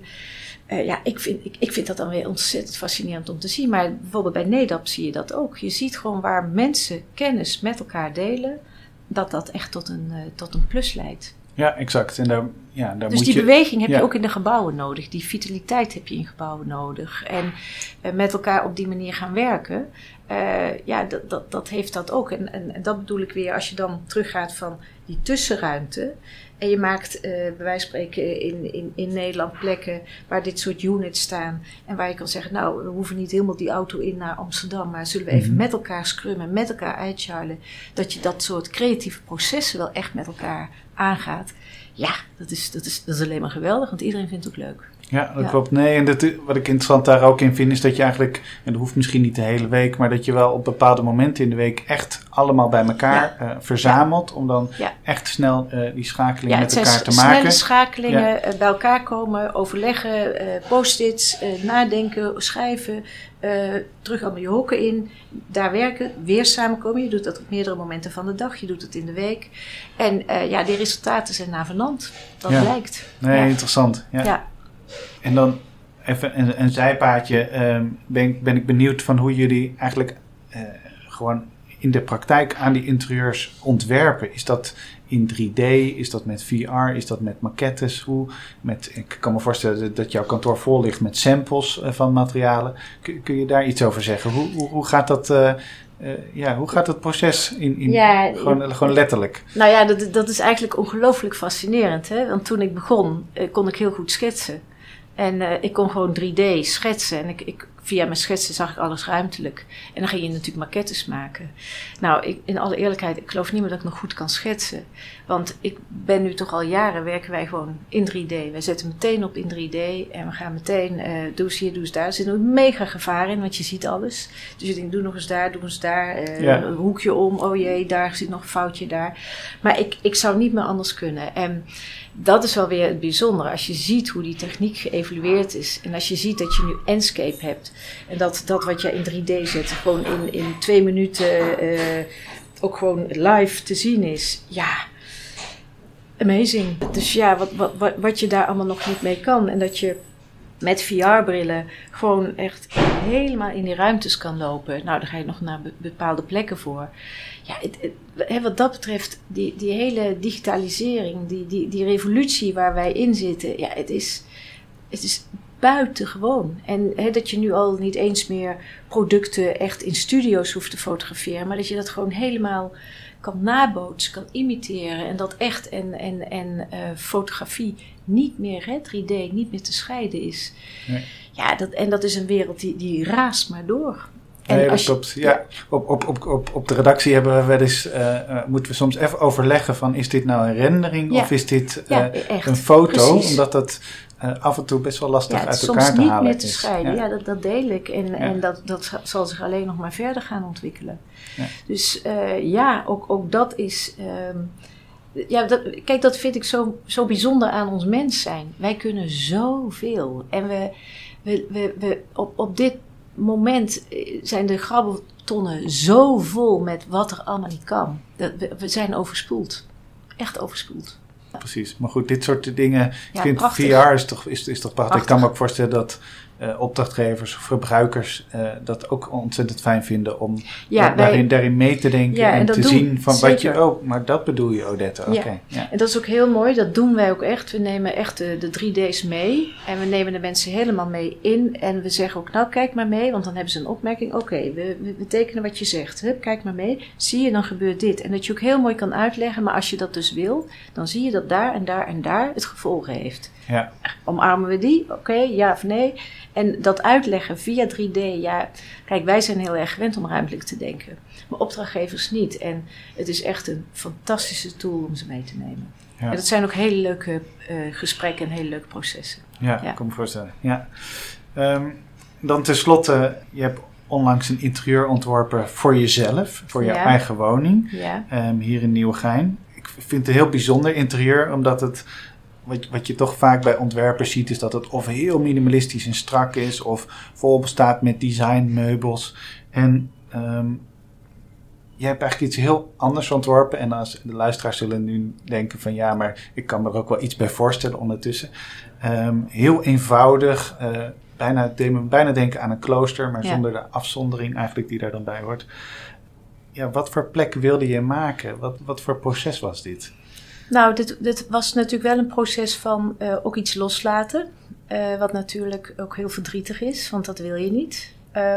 ik vind dat dan weer ontzettend fascinerend om te zien. Maar bijvoorbeeld bij NEDAP zie je dat ook. Je ziet gewoon waar mensen kennis met elkaar delen, dat echt tot een plus leidt. Ja, exact. En daar dus moet die je, beweging heb je ook in de gebouwen nodig. Die vitaliteit heb je in gebouwen nodig. En met elkaar op die manier gaan werken, dat heeft dat ook. En dat bedoel ik weer als je dan teruggaat van die tussenruimte. En je maakt bij wijze van spreken in Nederland plekken waar dit soort units staan. En waar je kan zeggen, we hoeven niet helemaal die auto in naar Amsterdam. Maar zullen we even met elkaar scrummen, met elkaar agilen. Dat je dat soort creatieve processen wel echt met elkaar aangaat. Ja, dat is alleen maar geweldig, want iedereen vindt het ook leuk. Ja, dat klopt. Nee, en wat ik interessant daar ook in vind, is dat je eigenlijk, en dat hoeft misschien niet de hele week, maar dat je wel op bepaalde momenten in de week echt allemaal bij elkaar verzamelt, om dan echt snel die schakeling met elkaar te maken. Snelle schakelingen, bij elkaar komen, overleggen, post-its, nadenken, schrijven, terug allemaal je hokken in, daar werken, weer samenkomen. Je doet dat op meerdere momenten van de dag, je doet het in de week. En die resultaten zijn navenant. Dat blijkt. Nee, interessant. Ja. En dan even een zijpaadje. Ben ik benieuwd van hoe jullie eigenlijk gewoon in de praktijk aan die interieurs ontwerpen. Is dat in 3D? Is dat met VR? Is dat met maquettes? Ik kan me voorstellen dat jouw kantoor vol ligt met samples van materialen. Kun je daar iets over zeggen? Hoe gaat dat... hoe gaat het proces gewoon letterlijk? Nou ja, dat is eigenlijk ongelooflijk fascinerend. Hè? Want toen ik begon, kon ik heel goed schetsen. En ik kon gewoon 3D schetsen. En via mijn schetsen zag ik alles ruimtelijk. En dan ging je natuurlijk maquettes maken. Nou, in alle eerlijkheid, ik geloof niet meer dat ik nog goed kan schetsen. Want ik ben nu toch al jaren, werken wij gewoon in 3D. Wij zetten meteen op in 3D. En we gaan meteen, doe eens hier, doe eens daar. Er zit een mega gevaar in, want je ziet alles. Dus je denkt, doe nog eens daar. Een hoekje om. Oh jee, daar zit nog een foutje daar. Maar ik zou niet meer anders kunnen. En dat is wel weer het bijzondere. Als je ziet hoe die techniek geëvolueerd is. En als je ziet dat je nu Enscape hebt. En dat wat je in 3D zet gewoon in 2 minuten ook gewoon live te zien is. Ja, amazing. Dus wat je daar allemaal nog niet mee kan. En dat je met VR-brillen gewoon echt helemaal in die ruimtes kan lopen. Nou, daar ga je nog naar bepaalde plekken voor. Ja, wat dat betreft, die hele digitalisering, die revolutie waar wij in zitten, het is buitengewoon. En dat je nu al niet eens meer producten echt in studio's hoeft te fotograferen, maar dat je dat gewoon helemaal kan nabootsen, kan imiteren. En dat echt en fotografie niet meer, 3D, niet meer te scheiden is. Nee. Ja, dat is een wereld die raast maar door. Nee, dat klopt. Ja. Op de redactie hebben we wel eens, moeten we soms even overleggen van, is dit nou een rendering of is dit een foto? Precies. Omdat dat af en toe best wel lastig uit elkaar te halen is. soms niet meer te scheiden. Ja, dat deel ik. En dat zal zich alleen nog maar verder gaan ontwikkelen. Ja. Dus ook dat is... kijk, dat vind ik zo bijzonder aan ons mens zijn. Wij kunnen zoveel. En we op dit moment zijn de grabbeltonnen zo vol met wat er allemaal niet kan. We zijn overspoeld. Echt overspoeld. Precies, maar goed, dit soort dingen. Ik vind VR is toch prachtig. Ik kan me ook voorstellen dat opdrachtgevers of verbruikers dat ook ontzettend fijn vinden om daarin mee te denken en te zien van zeker. Wat je... Oh, maar dat bedoel je, Odette. Okay. Ja. En dat is ook heel mooi. Dat doen wij ook echt. We nemen echt de 3D's mee. En we nemen de mensen helemaal mee in. En we zeggen ook, nou kijk maar mee. Want dan hebben ze een opmerking. Oké, we tekenen wat je zegt. Hup, kijk maar mee. Zie je, dan gebeurt dit. En dat je ook heel mooi kan uitleggen. Maar als je dat dus wil, dan zie je dat daar en daar en daar het gevolg heeft. Ja. Omarmen we die? Oké, ja of nee? En dat uitleggen via 3D, ja, kijk, wij zijn heel erg gewend om ruimtelijk te denken. Maar opdrachtgevers niet. En het is echt een fantastische tool om ze mee te nemen. Ja. En dat zijn ook hele leuke gesprekken en hele leuke processen. Ja, ik kan me voorstellen. Ja. Dan tenslotte, je hebt onlangs een interieur ontworpen voor jezelf, voor je eigen woning, hier in Nieuwegein. Ik vind het een heel bijzonder interieur, omdat het, wat je toch vaak bij ontwerpers ziet, is dat het of heel minimalistisch en strak is, of vol bestaat met designmeubels. En je hebt eigenlijk iets heel anders ontworpen. En als de luisteraars zullen nu denken van ja, maar ik kan me er ook wel iets bij voorstellen ondertussen. Heel eenvoudig, bijna denken aan een klooster, maar zonder de afzondering eigenlijk die daar dan bij hoort. Ja, wat voor plek wilde je maken? Wat voor proces was dit? Nou, dit was natuurlijk wel een proces van ook iets loslaten. Wat natuurlijk ook heel verdrietig is, want dat wil je niet.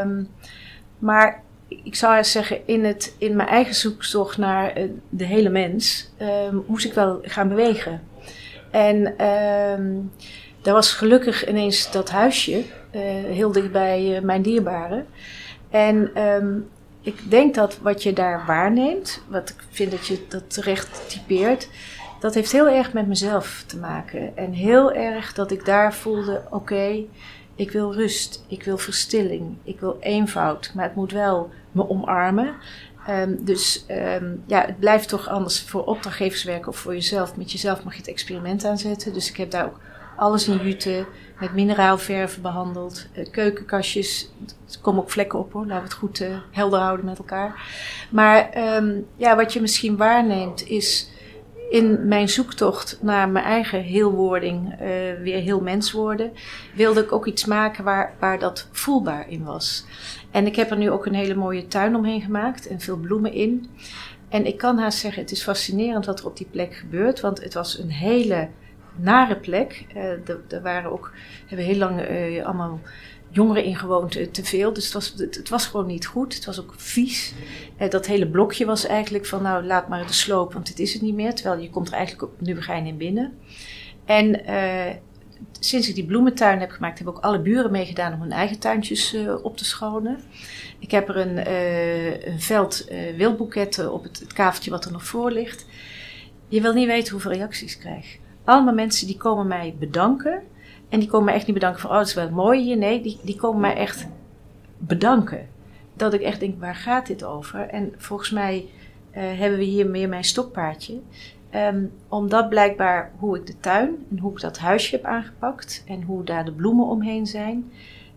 Maar ik zou eens zeggen, in mijn eigen zoektocht naar de hele mens, moest ik wel gaan bewegen. En daar was gelukkig ineens dat huisje, heel dicht bij mijn dierbaren. En ik denk dat wat je daar waarneemt, wat ik vind dat je dat terecht typeert, dat heeft heel erg met mezelf te maken. En heel erg dat ik daar voelde, oké, ik wil rust, ik wil verstilling, ik wil eenvoud, maar het moet wel me omarmen. Dus het blijft toch anders voor opdrachtgevers werken of voor jezelf. Met jezelf mag je het experiment aanzetten. Dus ik heb daar ook alles in jute met mineraalverven behandeld. Keukenkastjes, er komen ook vlekken op hoor, laten we het goed helder houden met elkaar. Maar wat je misschien waarneemt is in mijn zoektocht naar mijn eigen heelwording, weer heel mens worden, wilde ik ook iets maken waar dat voelbaar in was. En ik heb er nu ook een hele mooie tuin omheen gemaakt en veel bloemen in. En ik kan haast zeggen, het is fascinerend wat er op die plek gebeurt, want het was een hele nare plek. Er waren ook, hebben heel lang allemaal jongeren ingewoond, te veel. Dus het was gewoon niet goed. Het was ook vies. Dat hele blokje was eigenlijk van, nou, laat maar de sloop, want dit is het niet meer. Terwijl je komt er eigenlijk op Nieuwegein in binnen. En sinds ik die bloementuin heb gemaakt, hebben ook alle buren meegedaan om hun eigen tuintjes op te schonen. Ik heb er een veld wildboeketten op het kaveltje wat er nog voor ligt. Je wil niet weten hoeveel reacties ik krijg. Allemaal mensen die komen mij bedanken. En die komen mij echt niet bedanken van, oh, dat is wel mooi hier. Nee, die komen mij echt bedanken. Dat ik echt denk, waar gaat dit over? En volgens mij hebben we hier meer mijn stokpaardje. Omdat blijkbaar hoe ik de tuin en hoe ik dat huisje heb aangepakt en hoe daar de bloemen omheen zijn.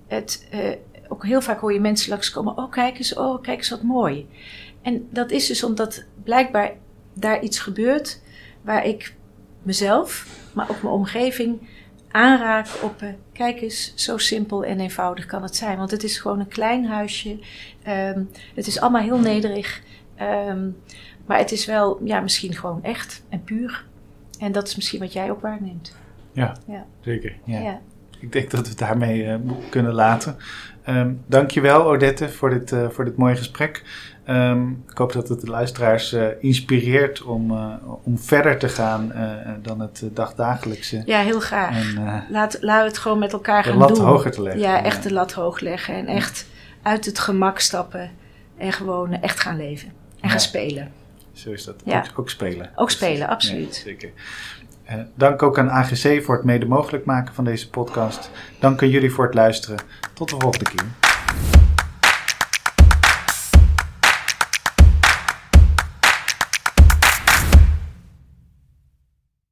Ook heel vaak hoor je mensen langskomen, oh kijk eens wat mooi. En dat is dus omdat blijkbaar daar iets gebeurt waar ik mezelf, maar ook mijn omgeving aanraak op, kijk eens, zo simpel en eenvoudig kan het zijn. Want het is gewoon een klein huisje. Het is allemaal heel nederig. Maar het is wel, misschien gewoon echt en puur. En dat is misschien wat jij ook waarneemt. Ja. Zeker. Ja. Ik denk dat we het daarmee kunnen laten. Dankjewel Odette voor dit mooie gesprek. Ik hoop dat het de luisteraars inspireert om verder te gaan dan het dagdagelijkse. Ja, heel graag. Laten we het gewoon met elkaar gaan doen. De lat hoger te leggen. Ja, echt de lat hoog leggen. En echt uit het gemak stappen. En gewoon echt gaan leven. En gaan spelen. Zo is dat. Ja. Ook spelen. Ook spelen, absoluut. Ja, zeker. Dank ook aan AGC voor het mede mogelijk maken van deze podcast. Dank aan jullie voor het luisteren. Tot de volgende keer.